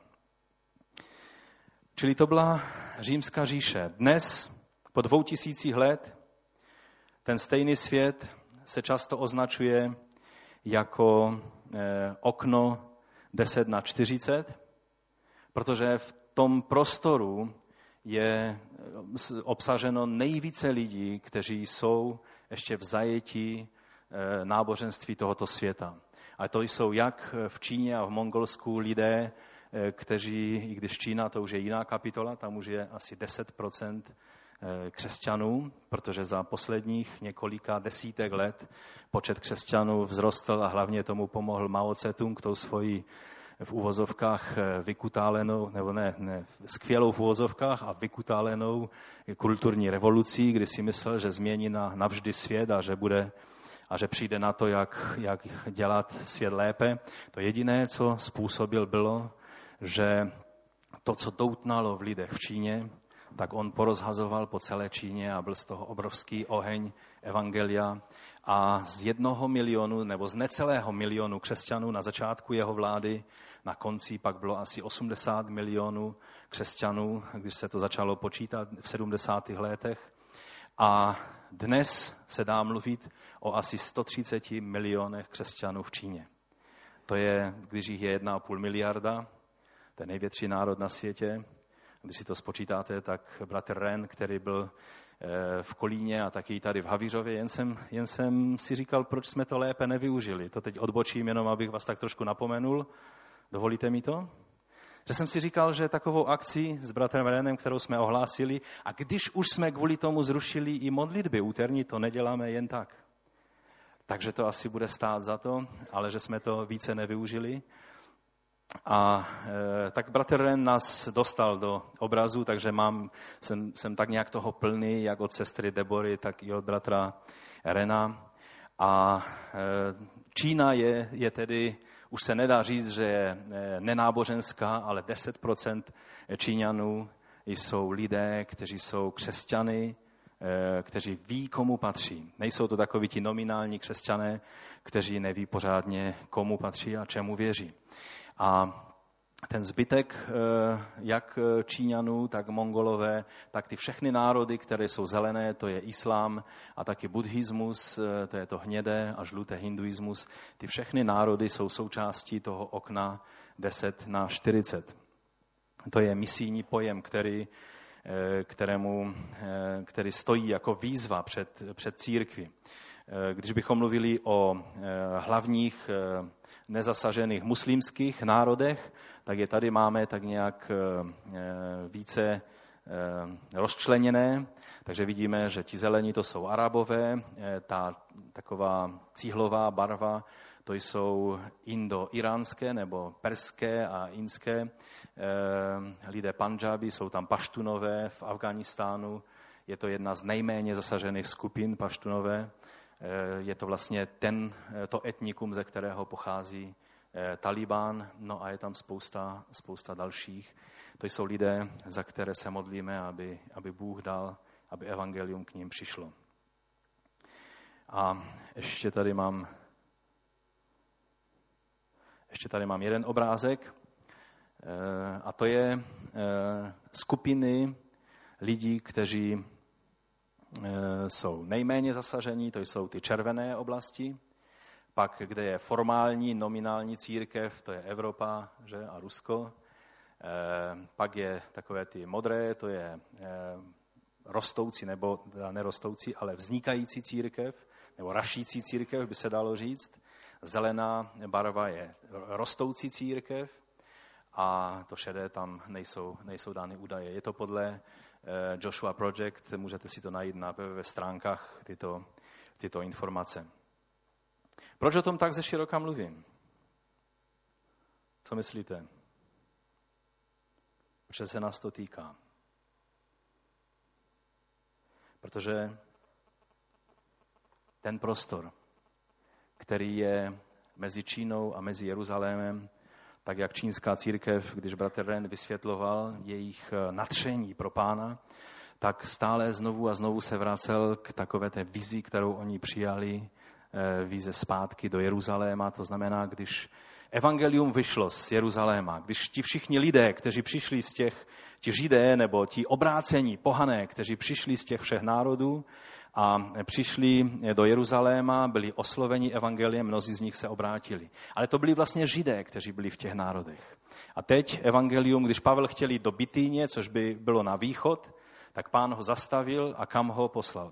Čili to byla Římská říše. Dnes, po 2000 let, ten stejný svět se často označuje jako okno 10x40, protože v tom prostoru je obsaženo nejvíce lidí, kteří jsou ještě v zajetí náboženství tohoto světa. A to jsou jak v Číně a v Mongolsku lidé, kteří, i když Čína, to už je jiná kapitola, tam už je asi 10% křesťanů, protože za posledních několika desítek let počet křesťanů vzrostl a hlavně tomu pomohl Mao Tse-tung tou svojí v uvozovkách vykutálenou, nebo ne, skvělou v uvozovkách a vykutálenou kulturní revolucí, kdy si myslel, že změní navždy svět a že přijde na to, jak dělat svět lépe. To jediné, co způsobil, bylo, že to, co doutnalo v lidech v Číně, tak on porozhazoval po celé Číně a byl z toho obrovský oheň evangelia. A z 1 milionu nebo z necelého milionu křesťanů na začátku jeho vlády, na konci pak bylo asi 80 milionů křesťanů, když se to začalo počítat v 70. letech. A dnes se dá mluvit o asi 130 milionech křesťanů v Číně. To je, když jich je 1,5 miliarda, to je největší národ na světě. Když si to spočítáte, tak bratr Ren, který byl v Kolíně a taky tady v Havířově, jen jsem si říkal, proč jsme to lépe nevyužili. To teď odbočím, jenom abych vás tak trošku napomenul. Dovolíte mi to? Že jsem si říkal, že takovou akci s bratrem Renem, kterou jsme ohlásili, a když už jsme kvůli tomu zrušili i modlitby úterní, to neděláme jen tak. Takže to asi bude stát za to, ale že jsme to více nevyužili. A tak bratr Ren nás dostal do obrazu, takže jsem tak nějak toho plný, jak od sestry Debory, tak i od bratra Rena. A Čína je tedy, už se nedá říct, že je nenáboženská, ale 10% Číňanů jsou lidé, kteří jsou křesťany, kteří ví, komu patří. Nejsou to takoví ti nominální křesťané, kteří neví pořádně, komu patří a čemu věří. A ten zbytek, jak Číňanů, tak Mongolové, tak ty všechny národy, které jsou zelené, to je islám a taky buddhismus, to je to hnědé a žluté hinduismus. Ty všechny národy jsou součástí toho okna 10x40. To je misijní pojem, který stojí jako výzva před církví. Když bychom mluvili o hlavních nezasažených muslimských národech, tak je tady máme tak nějak více rozčleněné. Takže vidíme, že ti zelení to jsou Arabové, ta taková cíhlová barva, to jsou indo-iránské nebo perské a inské lidé Pandžáby, jsou tam Paštunové v Afghánistánu, je to jedna z nejméně zasažených skupin Paštunové. Je to vlastně to etnikum, ze kterého pochází Talibán, no a je tam spousta dalších. To jsou lidé, za které se modlíme, aby Bůh dal, aby evangelium k ním přišlo. A ještě tady mám jeden obrázek, a to je skupiny lidí, kteří jsou nejméně zasažení, to jsou ty červené oblasti. Pak, kde je formální, nominální církev, to je Evropa, že, a Rusko. Pak je takové ty modré, to je rostoucí, nebo nerostoucí, ale vznikající církev, nebo rašící církev, by se dalo říct. Zelená barva je rostoucí církev a to šedé, tam nejsou dány údaje. Je to podle Joshua Project, můžete si to najít na webových stránkách, tyto informace. Proč o tom tak ze široka mluvím? Co myslíte? Protože se nás to týká. Protože ten prostor, který je mezi Čínou a mezi Jeruzalémem, tak jak čínská církev, když bratr Ren vysvětloval jejich nadšení pro Pána, tak stále znovu a znovu se vracel k takové té vizi, kterou oni přijali, vize zpátky do Jeruzaléma. To znamená, když evangelium vyšlo z Jeruzaléma, když ti všichni lidé, kteří přišli z ti Židé nebo ti obrácení pohané, kteří přišli z těch všech národů a přišli do Jeruzaléma, byli osloveni evangeliem, mnozí z nich se obrátili. Ale to byli vlastně Židé, kteří byli v těch národech. A teď evangelium, když Pavel chtěl jít do Bitýně, což by bylo na východ, tak Pán ho zastavil a kam ho poslal?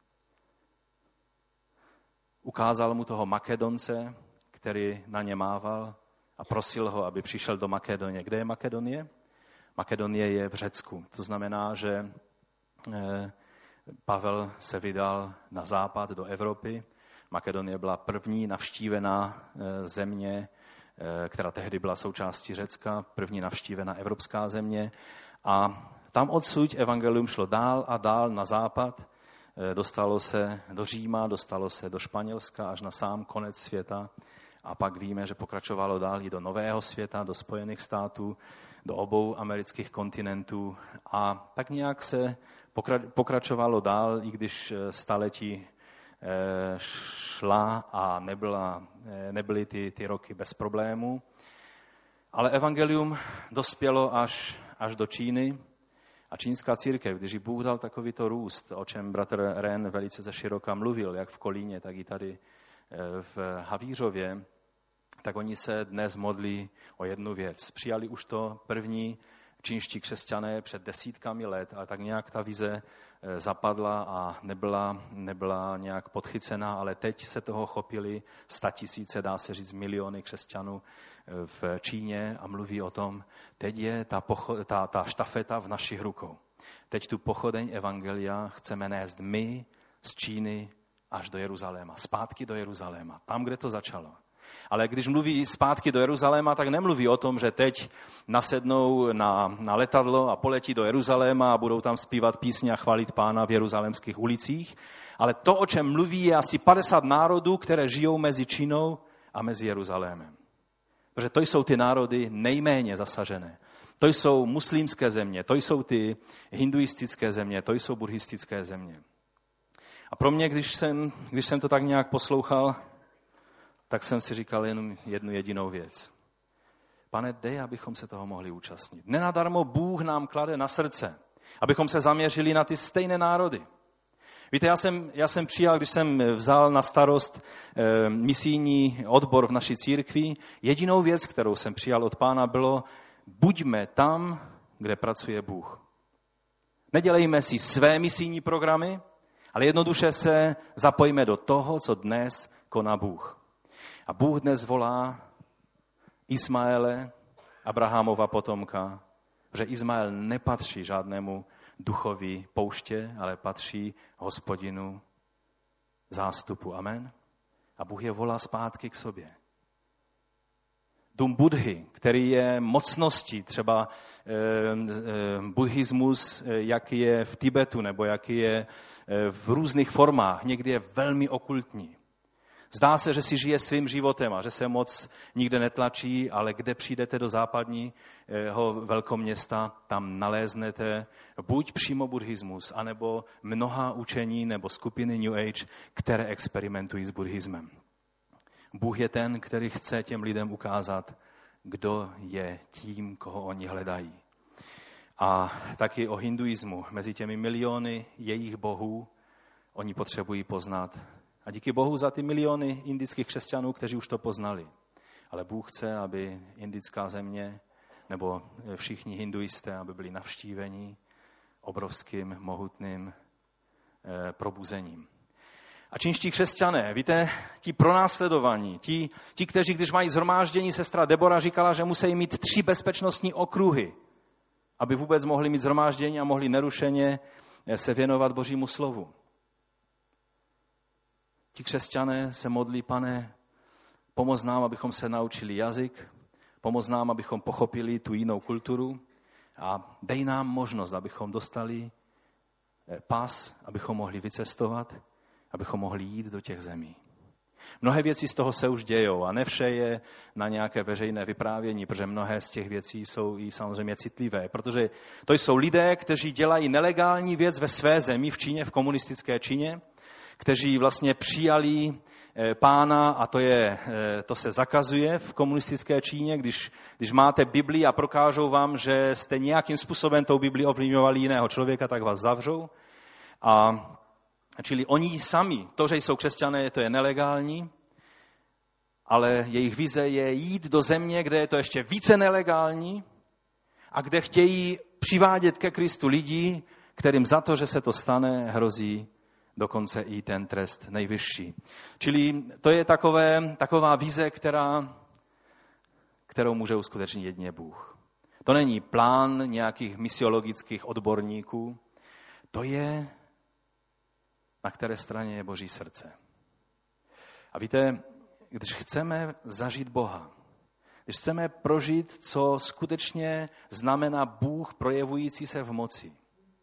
Ukázal mu toho Makedonce, který na ně mával a prosil ho, aby přišel do Makedonie. Kde je Makedonie? Makedonie je v Řecku. To znamená, že Pavel se vydal na západ do Evropy. Makedonie byla první navštívená země, která tehdy byla součástí Řecka, první navštívená evropská země. A tam odsud evangelium šlo dál a dál na západ. Dostalo se do Říma, dostalo se do Španělska až na sám konec světa. A pak víme, že pokračovalo dál i do Nového světa, do Spojených států, do obou amerických kontinentů. A tak nějak se pokračovalo dál, i když staletí šla a nebyly ty roky bez problémů. Ale evangelium dospělo až do Číny. A čínská církev, když Bůh dal takovýto růst, o čem bratr Ren velice zeširoka mluvil, jak v Kolíně, tak i tady v Havířově, tak oni se dnes modlí o jednu věc. Přijali už to první čínští křesťané před desítkami let, ale tak nějak ta vize zapadla a nebyla nějak podchycená, ale teď se toho chopili 100 000, dá se říct miliony křesťanů v Číně a mluví o tom, teď je ta štafeta v našich rukou. Teď tu pochodeň evangelia chceme nést my z Číny až do Jeruzaléma, zpátky do Jeruzaléma, tam, kde to začalo. Ale když mluví zpátky do Jeruzaléma, tak nemluví o tom, že teď nasednou na letadlo a poletí do Jeruzaléma a budou tam zpívat písně a chválit Pána v jeruzalémských ulicích. Ale to, o čem mluví, je asi 50 národů, které žijou mezi Čínou a mezi Jeruzalémem. Protože to jsou ty národy nejméně zasažené. To jsou muslimské země, to jsou ty hinduistické země, to jsou buddhistické země. A pro mě, když jsem to tak nějak poslouchal, tak jsem si říkal jenom jednu jedinou věc. Pane, dej, abychom se toho mohli účastnit. Nenadarmo Bůh nám klade na srdce, abychom se zaměřili na ty stejné národy. Víte, já jsem přijal, když jsem vzal na starost misijní odbor v naší církvi, jedinou věc, kterou jsem přijal od Pána, bylo buďme tam, kde pracuje Bůh. Nedělejme si své misijní programy, ale jednoduše se zapojíme do toho, co dnes koná Bůh. A Bůh dnes volá Ismaele, Abrahamova potomka, že Ismael nepatří žádnému duchovi pouště, ale patří Hospodinu zástupu. Amen. A Bůh je volá zpátky k sobě. Dům Budhy, který je mocností, třeba buddhismus, jaký je v Tibetu, nebo jaký je v různých formách, někdy je velmi okultní. Zdá se, že si žije svým životem a že se moc nikde netlačí, ale kde přijdete do západního velkoměsta, tam naléznete buď přímo buddhismus, anebo mnoha učení nebo skupiny New Age, které experimentují s buddhismem. Bůh je ten, který chce těm lidem ukázat, kdo je tím, koho oni hledají. A taky o hinduismu. Mezi těmi miliony jejich bohů oni potřebují poznat. A díky Bohu za ty miliony indických křesťanů, kteří už to poznali. Ale Bůh chce, aby indická země nebo všichni hinduisté, aby byli navštíveni obrovským, mohutným probuzením. A čínští křesťané, víte, ti pronásledovaní, ti, kteří, když mají shromáždění, sestra Debora říkala, že musí mít 3 bezpečnostní okruhy, aby vůbec mohli mít shromáždění a mohli nerušeně se věnovat Božímu slovu. Ti křesťané se modlí, Pane, pomoz nám, abychom se naučili jazyk, pomoz nám, abychom pochopili tu jinou kulturu a dej nám možnost, abychom dostali pas, abychom mohli vycestovat, abychom mohli jít do těch zemí. Mnohé věci z toho se už dějou a ne vše je na nějaké veřejné vyprávění, protože mnohé z těch věcí jsou i samozřejmě citlivé, protože to jsou lidé, kteří dělají nelegální věc ve své zemi, v Číně, v komunistické Číně, kteří vlastně přijali Pána a to se zakazuje v komunistické Číně, když máte Bibli a prokážou vám, že jste nějakým způsobem tou Bibli ovlivňovali jiného člověka, tak vás zavřou. Čili oni sami, to, že jsou křesťané, to je nelegální, ale jejich vize je jít do země, kde je to ještě více nelegální a kde chtějí přivádět ke Kristu lidi, kterým za to, že se to stane, hrozí dokonce i ten trest nejvyšší. Čili to je taková vize, kterou může uskutečnit jedině Bůh. To není plán nějakých misiologických odborníků, to je, na které straně je Boží srdce. A víte, když chceme zažít Boha, když chceme prožít, co skutečně znamená Bůh projevující se v moci,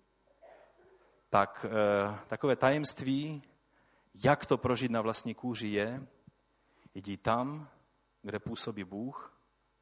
tak takové tajemství, jak to prožít na vlastní kůži je, jdi tam, kde působí Bůh,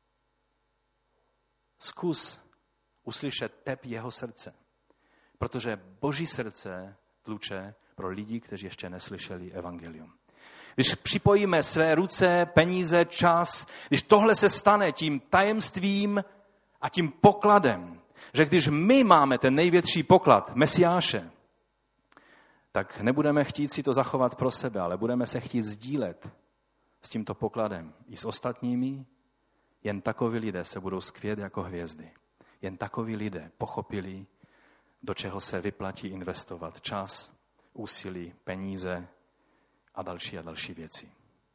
zkus uslyšet tep jeho srdce, protože Boží srdce tluče pro lidi, kteří ještě neslyšeli evangelium. Když připojíme své ruce, peníze, čas, když tohle se stane tím tajemstvím a tím pokladem, že když my máme ten největší poklad, Mesiáše, tak nebudeme chtít si to zachovat pro sebe, ale budeme se chtít sdílet s tímto pokladem i s ostatními. Jen takoví lidé se budou skvět jako hvězdy. Jen takoví lidé pochopili, do čeho se vyplatí investovat čas, úsilí, peníze a další věci.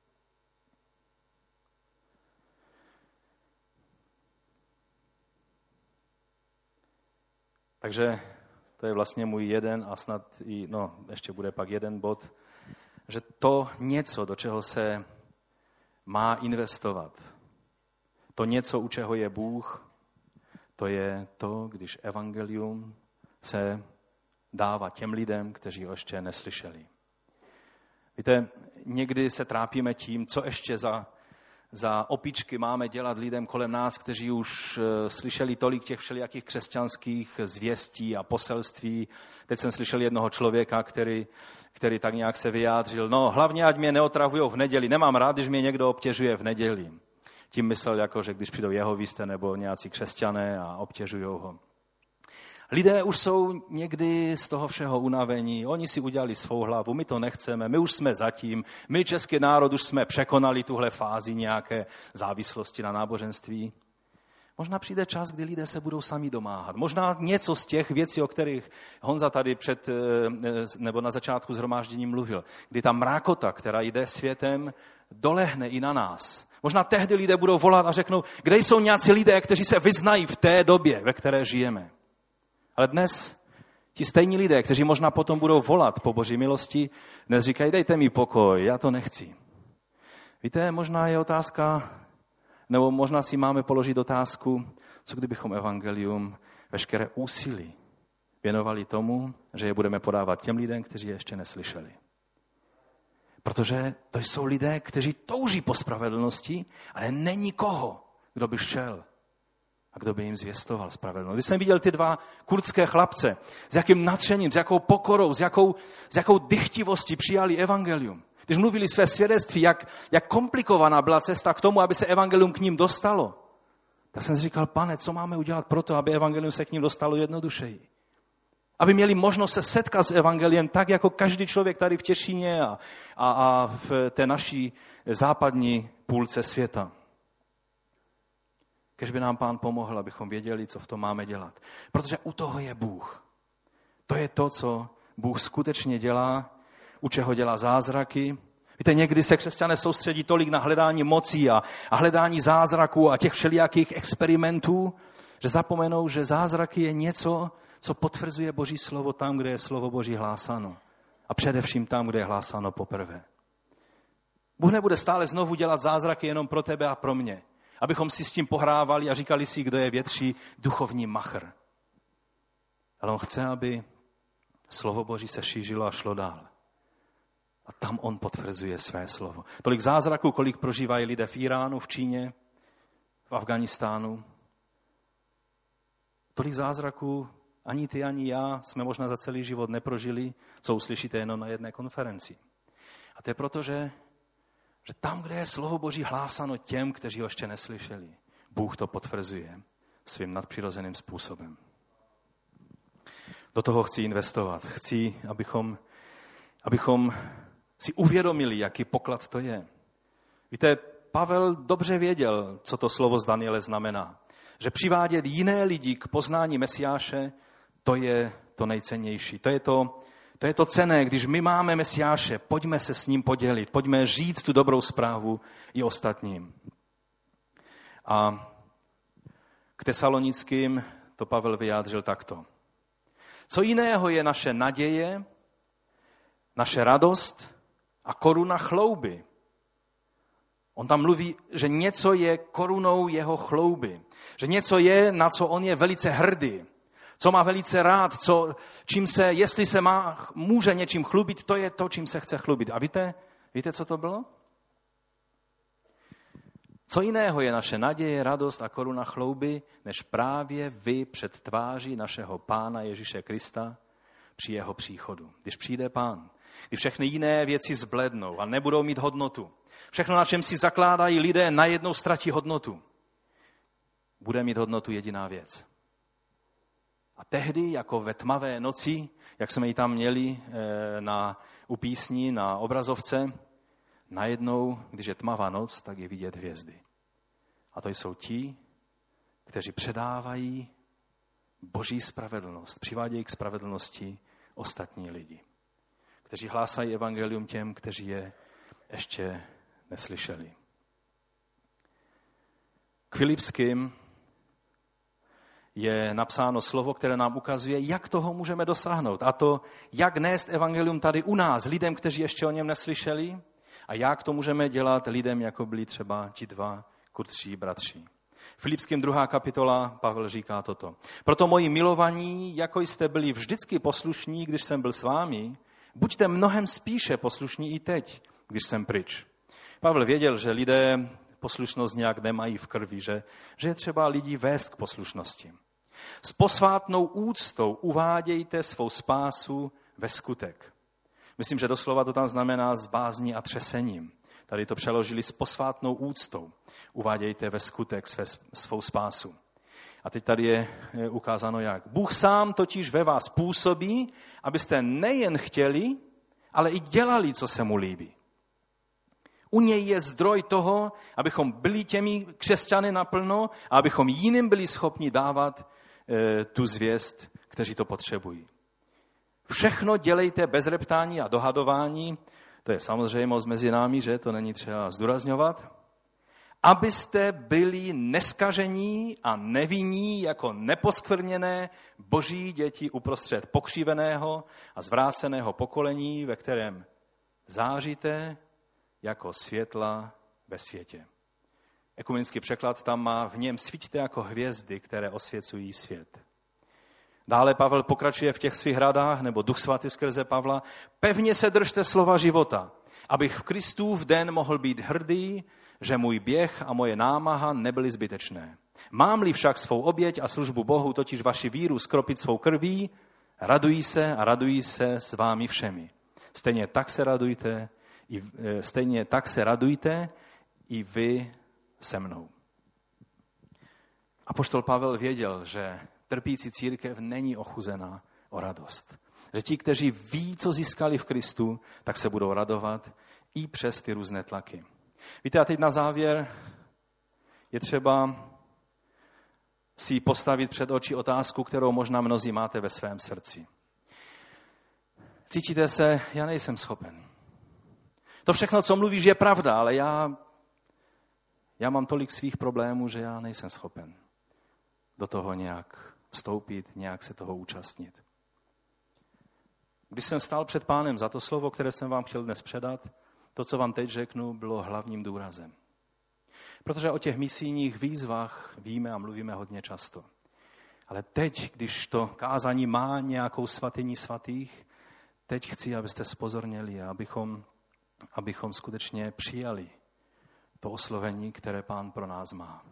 Takže to je vlastně můj jeden a snad i, ještě bude pak jeden bod, že to něco, do čeho se má investovat, to něco, u čeho je Bůh, to je to, když evangelium se dává těm lidem, kteří ho ještě neslyšeli. Víte, někdy se trápíme tím, co ještě za opičky máme dělat lidem kolem nás, kteří už slyšeli tolik těch všelijakých křesťanských zvěstí a poselství. Teď jsem slyšel jednoho člověka, který tak nějak se vyjádřil, hlavně ať mě neotravujou v neděli, nemám rád, když mě někdo obtěžuje v neděli. Tím myslel, jako, že když přijdou jehovisté nebo nějací křesťané a obtěžují ho. Lidé už jsou někdy z toho všeho unavení, oni si udělali svou hlavu, my to nechceme, my už jsme zatím, my český národ už jsme překonali tuhle fázi nějaké závislosti na náboženství. Možná přijde čas, kdy lidé se budou sami domáhat. Možná něco z těch věcí, o kterých Honza tady nebo na začátku shromáždění mluvil, kdy ta mrákota, která jde světem, dolehne i na nás. Možná tehdy lidé budou volat a řeknou, kde jsou nějací lidé, kteří se vyznají v té době, ve které žijeme. Ale dnes ti stejní lidé, kteří možná potom budou volat po Boží milosti, dnes říkají, dejte mi pokoj, já to nechci. Víte, možná je otázka, nebo možná si máme položit otázku, co kdybychom evangelium, veškeré úsilí věnovali tomu, že je budeme podávat těm lidem, kteří je ještě neslyšeli. Protože to jsou lidé, kteří touží po spravedlnosti, ale není koho, kdo by šel a kdo by jim zvěstoval spravedlnost. Když jsem viděl ty 2 kurdské chlapce, s jakým nadšením, s jakou pokorou, s jakou dychtivostí přijali evangelium. Když mluvili své svědectví, jak komplikovaná byla cesta k tomu, aby se evangelium k ním dostalo, tak jsem si říkal, Pane, co máme udělat pro to, aby evangelium se k ním dostalo jednodušeji. Aby měli možnost se setkat s evangeliem tak, jako každý člověk tady v Těšíně a v té naší západní půlce světa. Kež by nám Pán pomohl, abychom věděli, co v tom máme dělat. Protože u toho je Bůh. To je to, co Bůh skutečně dělá, u čeho dělá zázraky. Víte, někdy se křesťané soustředí tolik na hledání mocí a hledání zázraků a těch všelijakých experimentů, že zapomenou, že zázraky je něco, co potvrzuje Boží slovo tam, kde je slovo Boží hlásáno. A především tam, kde je hlásáno poprvé. Bůh nebude stále znovu dělat zázraky jenom pro tebe a pro mě. Abychom si s tím pohrávali a říkali si, kdo je větší duchovní machr. Ale on chce, aby slovo Boží se šířilo a šlo dál. A tam on potvrzuje své slovo. Tolik zázraků, kolik prožívají lidé v Iránu, v Číně, v Afghánistánu. Tolik zázraků ani ty, ani já jsme možná za celý život neprožili, co uslyšíte jenom na jedné konferenci. A to je proto, že tam, kde je slovo Boží hlásáno těm, kteří ho ještě neslyšeli, Bůh to potvrzuje svým nadpřirozeným způsobem. Do toho chci investovat. Chci, abychom si uvědomili, jaký poklad to je. Víte, Pavel dobře věděl, co to slovo z Daniele znamená. Že přivádět jiné lidi k poznání Mesiáše, to je to nejcennější. To je to cenné, když my máme Mesiáše, pojďme se s ním podělit, pojďme říct tu dobrou zprávu i ostatním. A k Tesalonickým to Pavel vyjádřil takto. Co jiného je naše naděje, naše radost a koruna chlouby. On tam mluví, že něco je korunou jeho chlouby. Že něco je, na co on je velice hrdý. Co má velice rád, čím se, jestli se může něčím chlubit, to je to, čím se chce chlubit. A víte, co to bylo? Co jiného je naše naděje, radost a koruna chlouby, než právě vy před tváří našeho Pána Ježíše Krista při jeho příchodu. Když přijde Pán, kdy všechny jiné věci zblednou a nebudou mít hodnotu. Všechno, na čem si zakládají lidé, najednou ztratí hodnotu. Bude mít hodnotu jediná věc. A tehdy, jako ve tmavé noci, jak jsme ji tam měli u písní na obrazovce, najednou, když je tmavá noc, tak je vidět hvězdy. A to jsou ti, kteří předávají Boží spravedlnost, přivádějí k spravedlnosti ostatní lidi, kteří hlásají evangelium těm, kteří je ještě neslyšeli. K Filipským je napsáno slovo, které nám ukazuje, jak toho můžeme dosáhnout. A to, jak nést evangelium tady u nás, lidem, kteří ještě o něm neslyšeli, a jak to můžeme dělat lidem, jako byli třeba ti dva kurtří bratři. Filipským 2. kapitola Pavel říká toto. Proto moji milovaní, jako jste byli vždycky poslušní, když jsem byl s vámi, buďte mnohem spíše poslušní i teď, když jsem pryč. Pavel věděl, že lidé poslušnost nějak nemají v krvi, že je třeba lidi vést k poslušnosti. S posvátnou úctou uvádějte svou spásu ve skutek. Myslím, že doslova to tam znamená s bázní a třesením. Tady to přeložili s posvátnou úctou. Uvádějte ve skutek svou spásu. A teď tady je ukázáno jak. Bůh sám totiž ve vás působí, abyste nejen chtěli, ale i dělali, co se mu líbí. U něj je zdroj toho, abychom byli těmi křesťany naplno a abychom jiným byli schopni dávat tu zvěst, kteří to potřebují. Všechno dělejte bez reptání a dohadování, to je samozřejmost mezi námi, že to není třeba zdůrazňovat, abyste byli neskažení a nevinní jako neposkvrněné boží děti uprostřed pokřiveného a zvráceného pokolení, ve kterém záříte jako světla ve světě. Ekumenický překlad tam má v něm svíťte jako hvězdy, které osvěcují svět. Dále Pavel pokračuje v těch svých radách, nebo Duch svatý skrze Pavla. Pevně se držte slova života, abych v Kristův den mohl být hrdý, že můj běh a moje námaha nebyly zbytečné. Mám-li však svou oběť a službu Bohu, totiž vaši víru skropit svou krví, radují se s vámi všemi. Stejně tak se radujte i vy se mnou. Apoštol Pavel věděl, že trpící církev není ochuzená o radost. Že ti, kteří ví, co získali v Kristu, tak se budou radovat i přes ty různé tlaky. Víte, a teď na závěr je třeba si postavit před oči otázku, kterou možná mnozí máte ve svém srdci. Cítíte se, já nejsem schopen. To všechno, co mluvíš, je pravda, ale já mám tolik svých problémů, že já nejsem schopen do toho nějak vstoupit, nějak se toho účastnit. Když jsem stál před Pánem za to slovo, které jsem vám chtěl dnes předat, to, co vám teď řeknu, bylo hlavním důrazem. Protože o těch misijních výzvách víme a mluvíme hodně často. Ale teď, když to kázání má nějakou svatyni svatých, teď chci, abyste zpozorněli a abychom skutečně přijali to oslovení, které Pán pro nás má.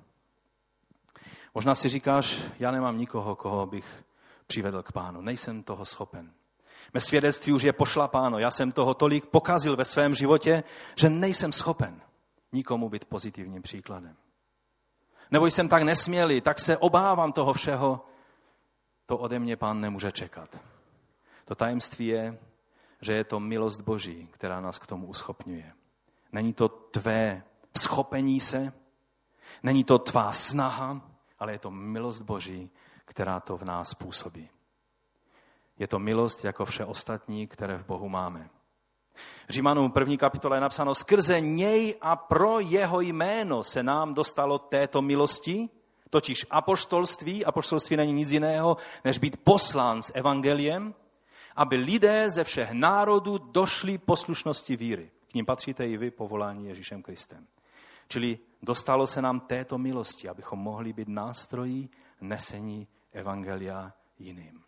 Možná si říkáš, já nemám nikoho, koho bych přivedl k Pánu. Nejsem toho schopen. Mé svědectví už je pošlapáno. Já jsem toho tolik pokazil ve svém životě, že nejsem schopen nikomu být pozitivním příkladem. Nebo jsem tak nesmělý, tak se obávám toho všeho. To ode mě Pán nemůže čekat. To tajemství je, že je to milost Boží, která nás k tomu uschopňuje. Není to tvé schopení se, není to tvá snaha, ale je to milost Boží, která to v nás působí. Je to milost jako vše ostatní, které v Bohu máme. Římanům 1. kapitole je napsáno, skrze něj a pro jeho jméno se nám dostalo této milosti, totiž apoštolství není nic jiného, než být poslán s evangeliem, aby lidé ze všech národů došli poslušnosti víry. K ním patříte i vy, povolání Ježíšem Kristem. Čili dostalo se nám této milosti, abychom mohli být nástrojí nesení evangelia jiným.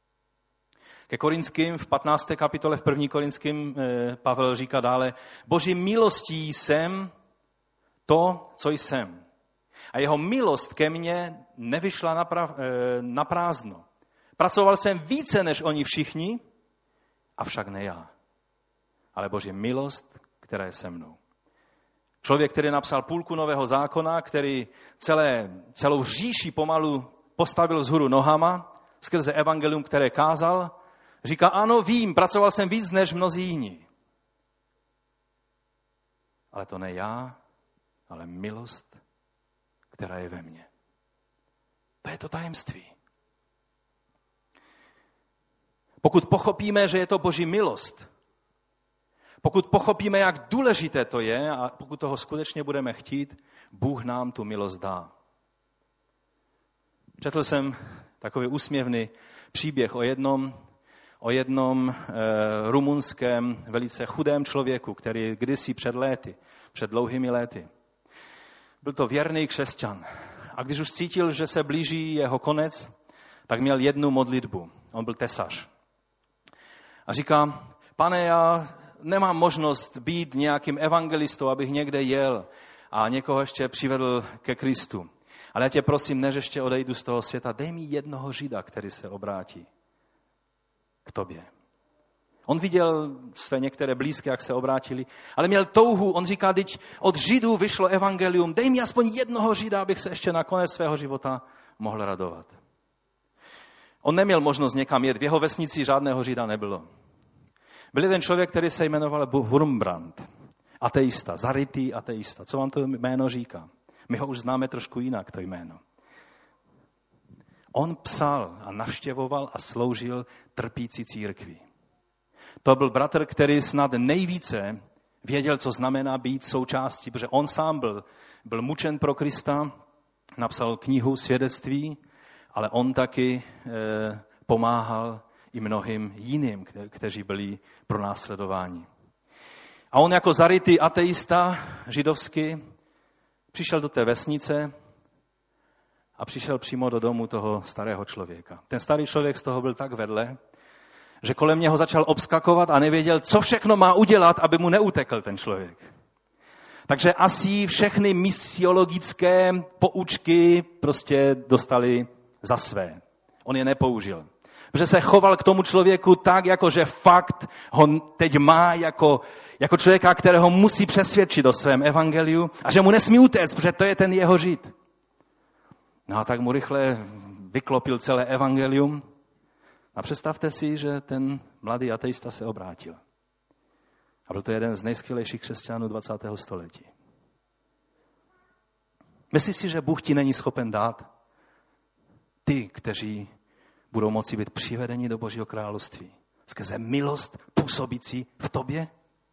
Ke Korinským v 15. kapitole v 1. Korinským Pavel říká dále, Boží milostí jsem to, co jsem. A jeho milost ke mně nevyšla na prázdno. Pracoval jsem více než oni všichni, avšak ne já. Ale Boží milost, která je se mnou. Člověk, který napsal půlku Nového zákona, který celou říši pomalu postavil vzhůru nohama, skrze evangelium, které kázal, říká, ano, vím, pracoval jsem víc než mnozí jiní. Ale to ne já, ale milost, která je ve mně. To je to tajemství. Pokud pochopíme, že je to Boží milost, pokud pochopíme, jak důležité to je a pokud toho skutečně budeme chtít, Bůh nám tu milost dá. Četl jsem takový úsměvný příběh o jednom rumunském velice chudém člověku, který kdysi před dlouhými léty, byl to věrný křesťan. A když už cítil, že se blíží jeho konec, tak měl jednu modlitbu. On byl tesař. A říká, Pane, já nemám možnost být nějakým evangelistou, abych někde jel a někoho ještě přivedl ke Kristu. Ale já tě prosím, než ještě odejdu z toho světa, dej mi jednoho Žida, který se obrátí k tobě. On viděl své některé blízké, jak se obrátili, ale měl touhu, on říká, teď od Židů vyšlo evangelium, dej mi aspoň jednoho Žida, abych se ještě na konec svého života mohl radovat. On neměl možnost někam jet, v jeho vesnici žádného Žida nebylo. Byl jeden člověk, který se jmenoval Wurmbrand, ateista, zarytý ateista. Co vám to jméno říká? My ho už známe trošku jinak, to jméno. On psal a navštěvoval a sloužil trpící církvi. To byl bratr, který snad nejvíce věděl, co znamená být součástí, protože on sám byl mučen pro Krista, napsal knihu svědectví, ale on taky pomáhal i mnohým jiným, kteří byli pronásledováni. A on jako zarytý ateista židovský přišel do té vesnice a přišel přímo do domu toho starého člověka. Ten starý člověk z toho byl tak vedle, že kolem něho začal obskakovat a nevěděl, co všechno má udělat, aby mu neutekl ten člověk. Takže asi všechny misiologické poučky prostě dostali za své. On je nepoužil. Protože se choval k tomu člověku tak, jako že fakt ho teď má jako člověka, kterého musí přesvědčit o svém evangeliu a že mu nesmí utéct, protože to je ten jeho Žid. No a tak mu rychle vyklopil celé evangelium, A představte si, že ten mladý ateista se obrátil. A byl to jeden z nejskvělejších křesťanů 20. století. Myslíš si, že Bůh ti není schopen dát ty, kteří budou moci být přivedeni do Božího království skrze milost působící v tobě?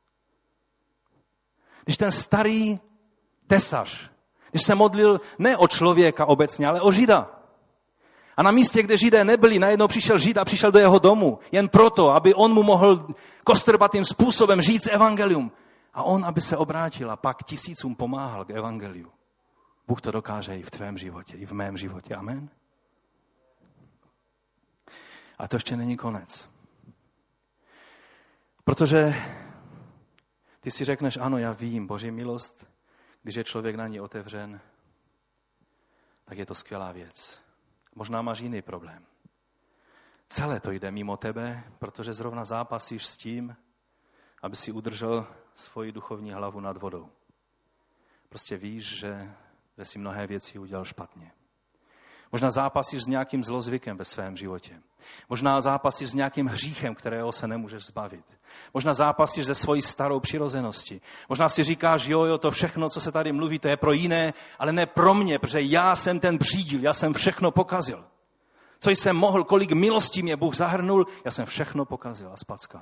Když ten starý tesař, když se modlil ne o člověka obecně, ale o Žida. A na místě, kde Židé nebyli, najednou přišel Žid a přišel do jeho domu. Jen proto, aby on mu mohl kostrbatým způsobem říct evangelium. A on, aby se obrátil a pak tisícům pomáhal k evangeliu. Bůh to dokáže i v tvém životě, i v mém životě. Amen. A to ještě není konec. Protože ty si řekneš, ano, já vím, Boží milost, když je člověk na ní otevřen, tak je to skvělá věc. Možná máš jiný problém. Celé to jde mimo tebe, protože zrovna zápasíš s tím, aby si udržel svoji duchovní hlavu nad vodou. Prostě víš, že si mnohé věci udělal špatně. Možná zápasíš s nějakým zlozvykem ve svém životě. Možná zápasíš s nějakým hříchem, kterého se nemůžeš zbavit. Možná zápasíš se svojí starou přirozeností. Možná si říkáš, jo, to všechno, co se tady mluví, to je pro jiné, ale ne pro mě, protože já jsem ten břídil, já jsem všechno pokazil. Co jsem mohl, kolik milostí mě Bůh zahrnul, já jsem všechno pokazil a spackal.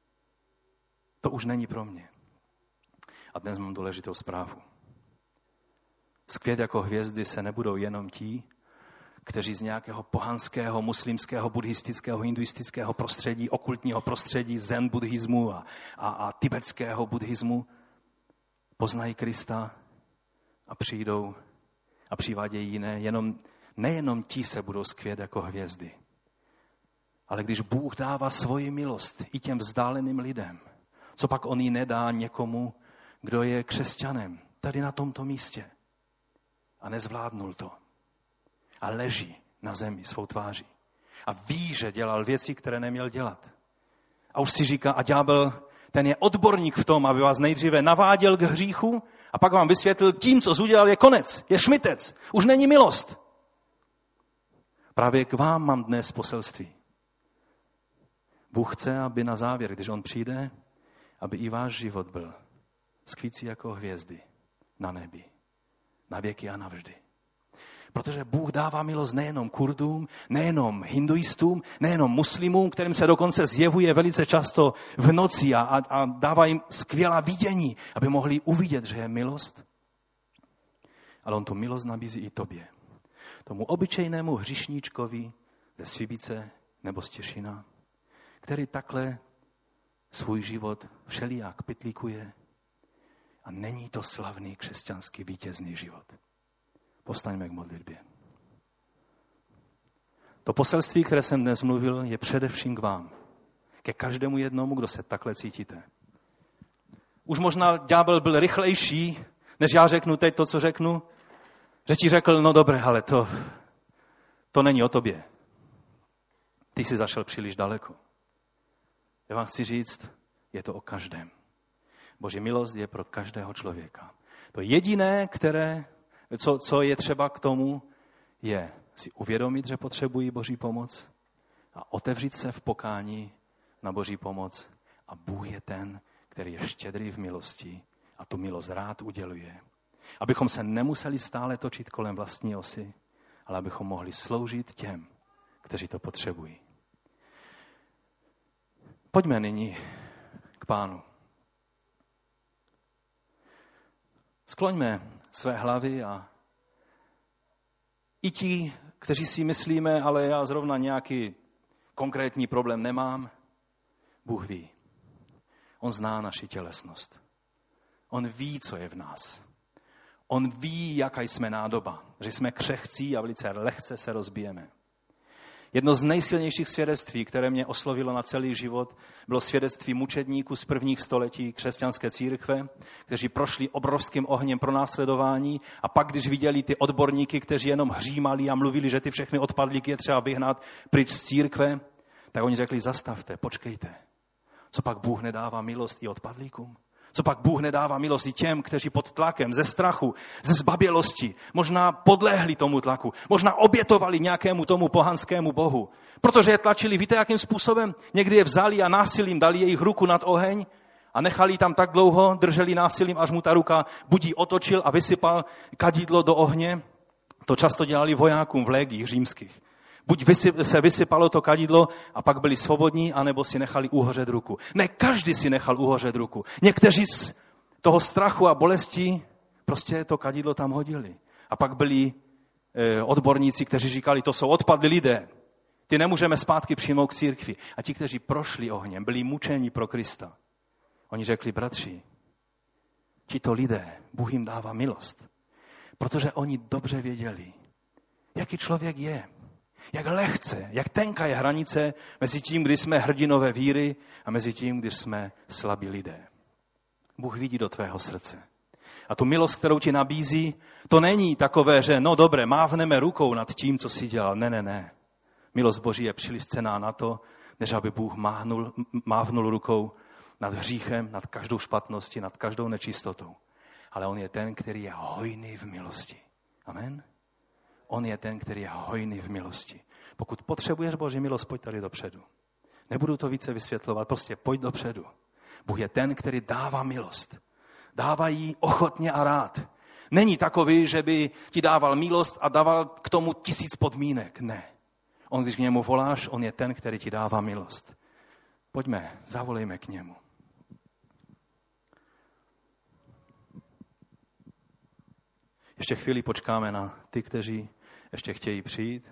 To už není pro mě. A dnes mám důležitou zprávu. Skvět jako hvězdy se nebudou jenom ti, kteří z nějakého pohanského, muslimského, buddhistického, hinduistického prostředí, okultního prostředí, zen buddhismu a tibetského buddhismu poznají Krista a přijdou a přivádějí jiné. Nejenom ti se budou skvět jako hvězdy, ale když Bůh dává svoji milost i těm vzdáleným lidem, co pak on ji nedá někomu, kdo je křesťanem tady na tomto místě a nezvládnul to. A leží na zemi svou tváří. A ví, že dělal věci, které neměl dělat. A už si říká, a ďábel, ten je odborník v tom, aby vás nejdříve naváděl k hříchu a pak vám vysvětlil, tím, co udělal, je konec, je šmitec, už není milost. Právě k vám mám dnes poselství. Bůh chce, aby na závěr, když on přijde, aby i váš život byl skvící jako hvězdy na nebi, na věky a navždy. Protože Bůh dává milost nejenom Kurdům, nejenom hinduistům, nejenom muslimům, kterým se dokonce zjevuje velice často v noci a dává jim skvělá vidění, aby mohli uvidět, že je milost. Ale on tu milost nabízí i tobě. Tomu obyčejnému hřišníčkovi ze Svibice nebo z Těšina, který takhle svůj život všelijak pytlíkuje a není to slavný křesťanský vítězný život. Povstaňme k modlitbě. To poselství, které jsem dnes mluvil, je především k vám. Ke každému jednomu, kdo se takhle cítíte. Už možná ďábel byl rychlejší, než já řeknu teď to, co řeknu, že ti řekl, no dobré, ale to není o tobě. Ty jsi zašel příliš daleko. Já vám chci říct, je to o každém. Boží milost je pro každého člověka. To jediné, co je třeba k tomu, je si uvědomit, že potřebují Boží pomoc a otevřít se v pokání na Boží pomoc. A Bůh je ten, který je štědrý v milosti a tu milost rád uděluje. Abychom se nemuseli stále točit kolem vlastní osy, ale abychom mohli sloužit těm, kteří to potřebují. Pojďme nyní k Pánu. Skloňme své hlavy a i ti, kteří si myslíme, ale já zrovna nějaký konkrétní problém nemám, Bůh ví. On zná naši tělesnost. On ví, co je v nás. On ví, jaká jsme nádoba, že jsme křehcí a velice lehce se rozbijeme. Jedno z nejsilnějších svědectví, které mě oslovilo na celý život, bylo svědectví mučedníků z prvních století křesťanské církve, kteří prošli obrovským ohněm pronásledování a pak, když viděli ty odborníky, kteří jenom hřímali a mluvili, že ty všechny odpadlíky je třeba vyhnat pryč z církve, tak oni řekli, zastavte, počkejte. Co pak Bůh nedává milost i odpadlíkům? Co pak Bůh nedává milost i těm, kteří pod tlakem, ze strachu, ze zbabělosti, možná podlehli tomu tlaku, možná obětovali nějakému tomu pohanskému bohu, protože je tlačili, víte jakým způsobem? Někdy je vzali a násilím dali jejich ruku nad oheň a nechali tam tak dlouho, drželi násilím, až mu ta ruka budí otočil a vysypal kadidlo do ohně. To často dělali vojákům v légiích římských. Buď se vysypalo to kadidlo a pak byli svobodní, anebo si nechali uhořet ruku. Ne každý si nechal uhořet ruku. Někteří z toho strachu a bolesti prostě to kadidlo tam hodili. A pak byli odborníci, kteří říkali, to jsou odpadlí lidé. Ty nemůžeme zpátky přijmout k církvi. A ti, kteří prošli ohněm, byli mučeni pro Krista. Oni řekli, bratři, tito lidé, Bůh jim dává milost. Protože oni dobře věděli, jaký člověk je. Jak lehce, jak tenká je hranice mezi tím, když jsme hrdinové víry a mezi tím, když jsme slabí lidé. Bůh vidí do tvého srdce. A tu milost, kterou ti nabízí, to není takové, že no dobré, mávneme rukou nad tím, co jsi dělal. Ne. Milost Boží je příliš cenná na to, než aby Bůh mávnul rukou nad hříchem, nad každou špatností, nad každou nečistotou. Ale on je ten, který je hojný v milosti. Amen? On je ten, který je hojný v milosti. Pokud potřebuješ Boží milost, pojď tady dopředu. Nebudu to více vysvětlovat, prostě pojď dopředu. Bůh je ten, který dává milost. Dává ji ochotně a rád. Není takový, že by ti dával milost a dával k tomu 1000 podmínek. Ne. On, když k němu voláš, on je ten, který ti dává milost. Pojďme, zavolejme k němu. Ještě chvíli počkáme na ty, kteří ještě chtějí přijít.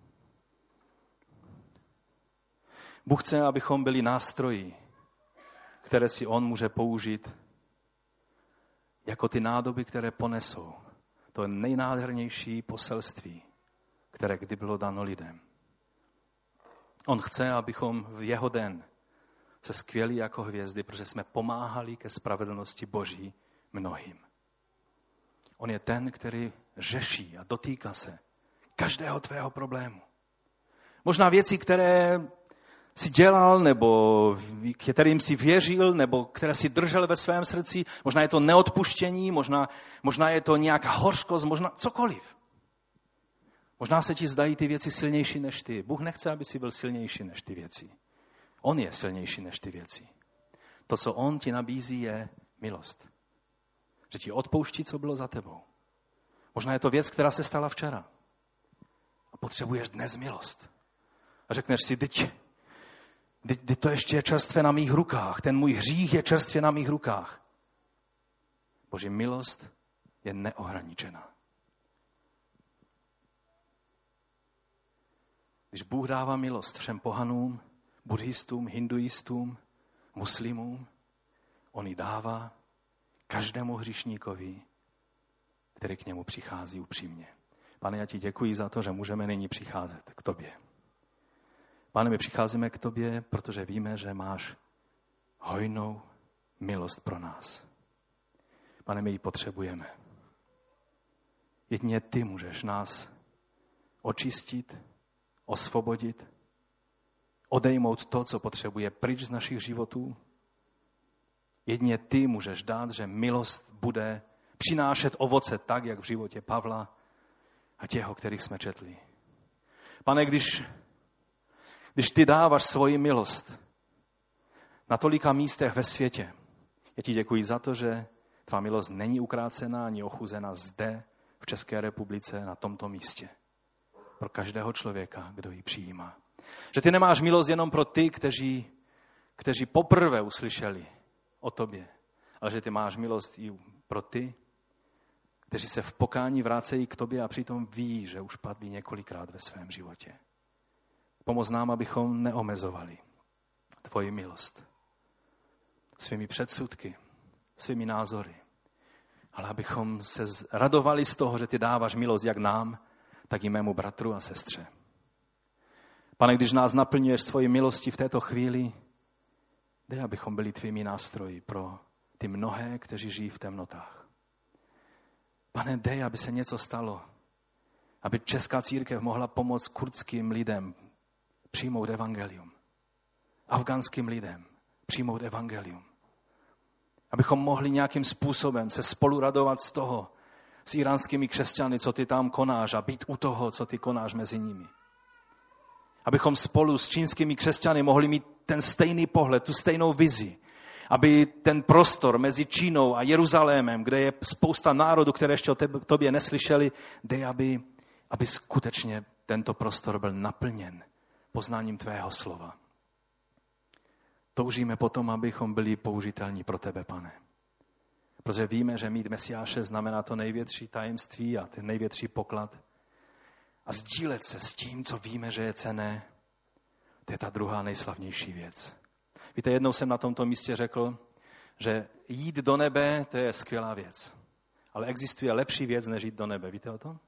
Bůh chce, abychom byli nástroji, které si on může použít jako ty nádoby, které ponesou. To je nejnádhernější poselství, které kdy bylo dáno lidem. On chce, abychom v jeho den se skvěli jako hvězdy, protože jsme pomáhali ke spravedlnosti Boží mnohým. On je ten, který řeší a dotýká se každého tvého problému. Možná věci, které si dělal, nebo kterým si věřil, nebo které si držel ve svém srdci, možná je to neodpuštění, možná je to nějaká hořkost, možná cokoliv. Možná se ti zdají ty věci silnější než ty. Bůh nechce, aby si byl silnější než ty věci. On je silnější než ty věci. To, co on ti nabízí, je milost. Že ti odpouští, co bylo za tebou. Možná je to věc, která se stala včera. A potřebuješ dnes milost. A řekneš si, teď to ještě je čerstvě na mých rukách. Ten můj hřích je čerstvě na mých rukách. Boží milost je neohraničená. Když Bůh dává milost všem pohanům, buddhistům, hinduistům, muslimům, on ji dává každému hříšníkovi, který k němu přichází upřímně. Pane, já ti děkuji za to, že můžeme nyní přicházet k tobě. Pane, my přicházíme k tobě, protože víme, že máš hojnou milost pro nás. Pane, my ji potřebujeme. Jedině ty můžeš nás očistit, osvobodit, odejmout to, co potřebuje pryč z našich životů. Jedině ty můžeš dát, že milost bude přinášet ovoce tak, jak v životě Pavla a těch, o kterých jsme četli. Pane, když ty dáváš svoji milost na tolika místech ve světě, já ti děkuji za to, že tvá milost není ukrácená ani ochuzena zde v České republice na tomto místě. Pro každého člověka, kdo ji přijímá. Že ty nemáš milost jenom pro ty, kteří poprvé uslyšeli o tobě, ale že ty máš milost i pro ty, kteří se v pokání vrácejí k tobě a přitom ví, že už padli několikrát ve svém životě. Pomoz nám, abychom neomezovali tvoji milost svými předsudky, svými názory, ale abychom se radovali z toho, že ty dáváš milost jak nám, tak i mému bratru a sestře. Pane, když nás naplňuješ svoji milostí v této chvíli, dej, abychom byli tvými nástroji pro ty mnohé, kteří žijí v temnotách. Pane, dej, aby se něco stalo, aby česká církev mohla pomoct kurdským lidem přijmout evangelium, afgánským lidem přijmout evangelium, Abychom mohli nějakým způsobem se spolu radovat z toho, s iránskými křesťany, co ty tam konáš, a být u toho, co ty konáš mezi nimi. Abychom spolu s čínskými křesťany mohli mít ten stejný pohled, tu stejnou vizi. Aby ten prostor mezi Čínou a Jeruzalémem, kde je spousta národů, které ještě o tobě neslyšeli, dej, aby skutečně tento prostor byl naplněn poznáním tvého slova. Toužíme potom, abychom byli použitelní pro tebe, Pane. Protože víme, že mít Mesiáše znamená to největší tajemství a ten největší poklad. A sdílet se s tím, co víme, že je cenné, to je ta druhá nejslavnější věc. Víte, jednou jsem na tomto místě řekl, že jít do nebe, to je skvělá věc. Ale existuje lepší věc, než jít do nebe. Víte o tom?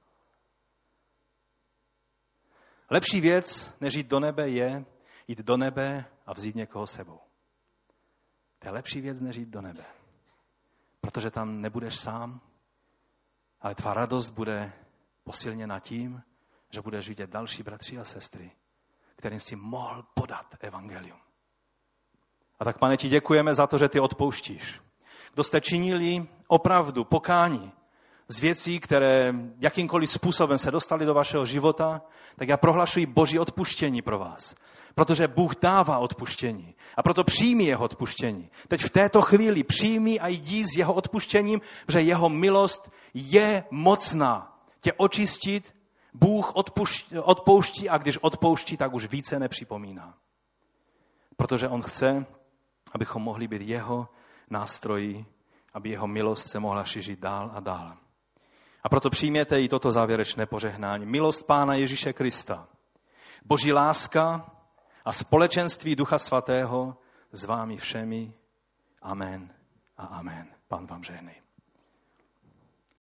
Lepší věc, než jít do nebe, je jít do nebe a vzít někoho sebou. To je lepší věc, než jít do nebe. Protože tam nebudeš sám, ale tvá radost bude posilněna tím, že budeš vidět další bratři a sestry, kterým si mohl podat evangelium. A tak, Pane, ti děkujeme za to, že ty odpouštíš. Kdo jste činili opravdu pokání z věcí, které jakýmkoliv způsobem se dostaly do vašeho života, tak já prohlašuji Boží odpuštění pro vás. Protože Bůh dává odpuštění. A proto přijmi jeho odpuštění. Teď v této chvíli přijmi a jdi s jeho odpuštěním, protože jeho milost je mocná tě očistit. Bůh odpouští a když odpouští, tak už více nepřipomíná. Protože on chce, abychom mohli být jeho nástroji, aby jeho milost se mohla šířit dál a dál. A proto přijměte i toto závěrečné požehnání. Milost Pána Ježíše Krista, Boží láska a společenství Ducha Svatého s vámi všemi. Amen a amen. Pán vám žehnej.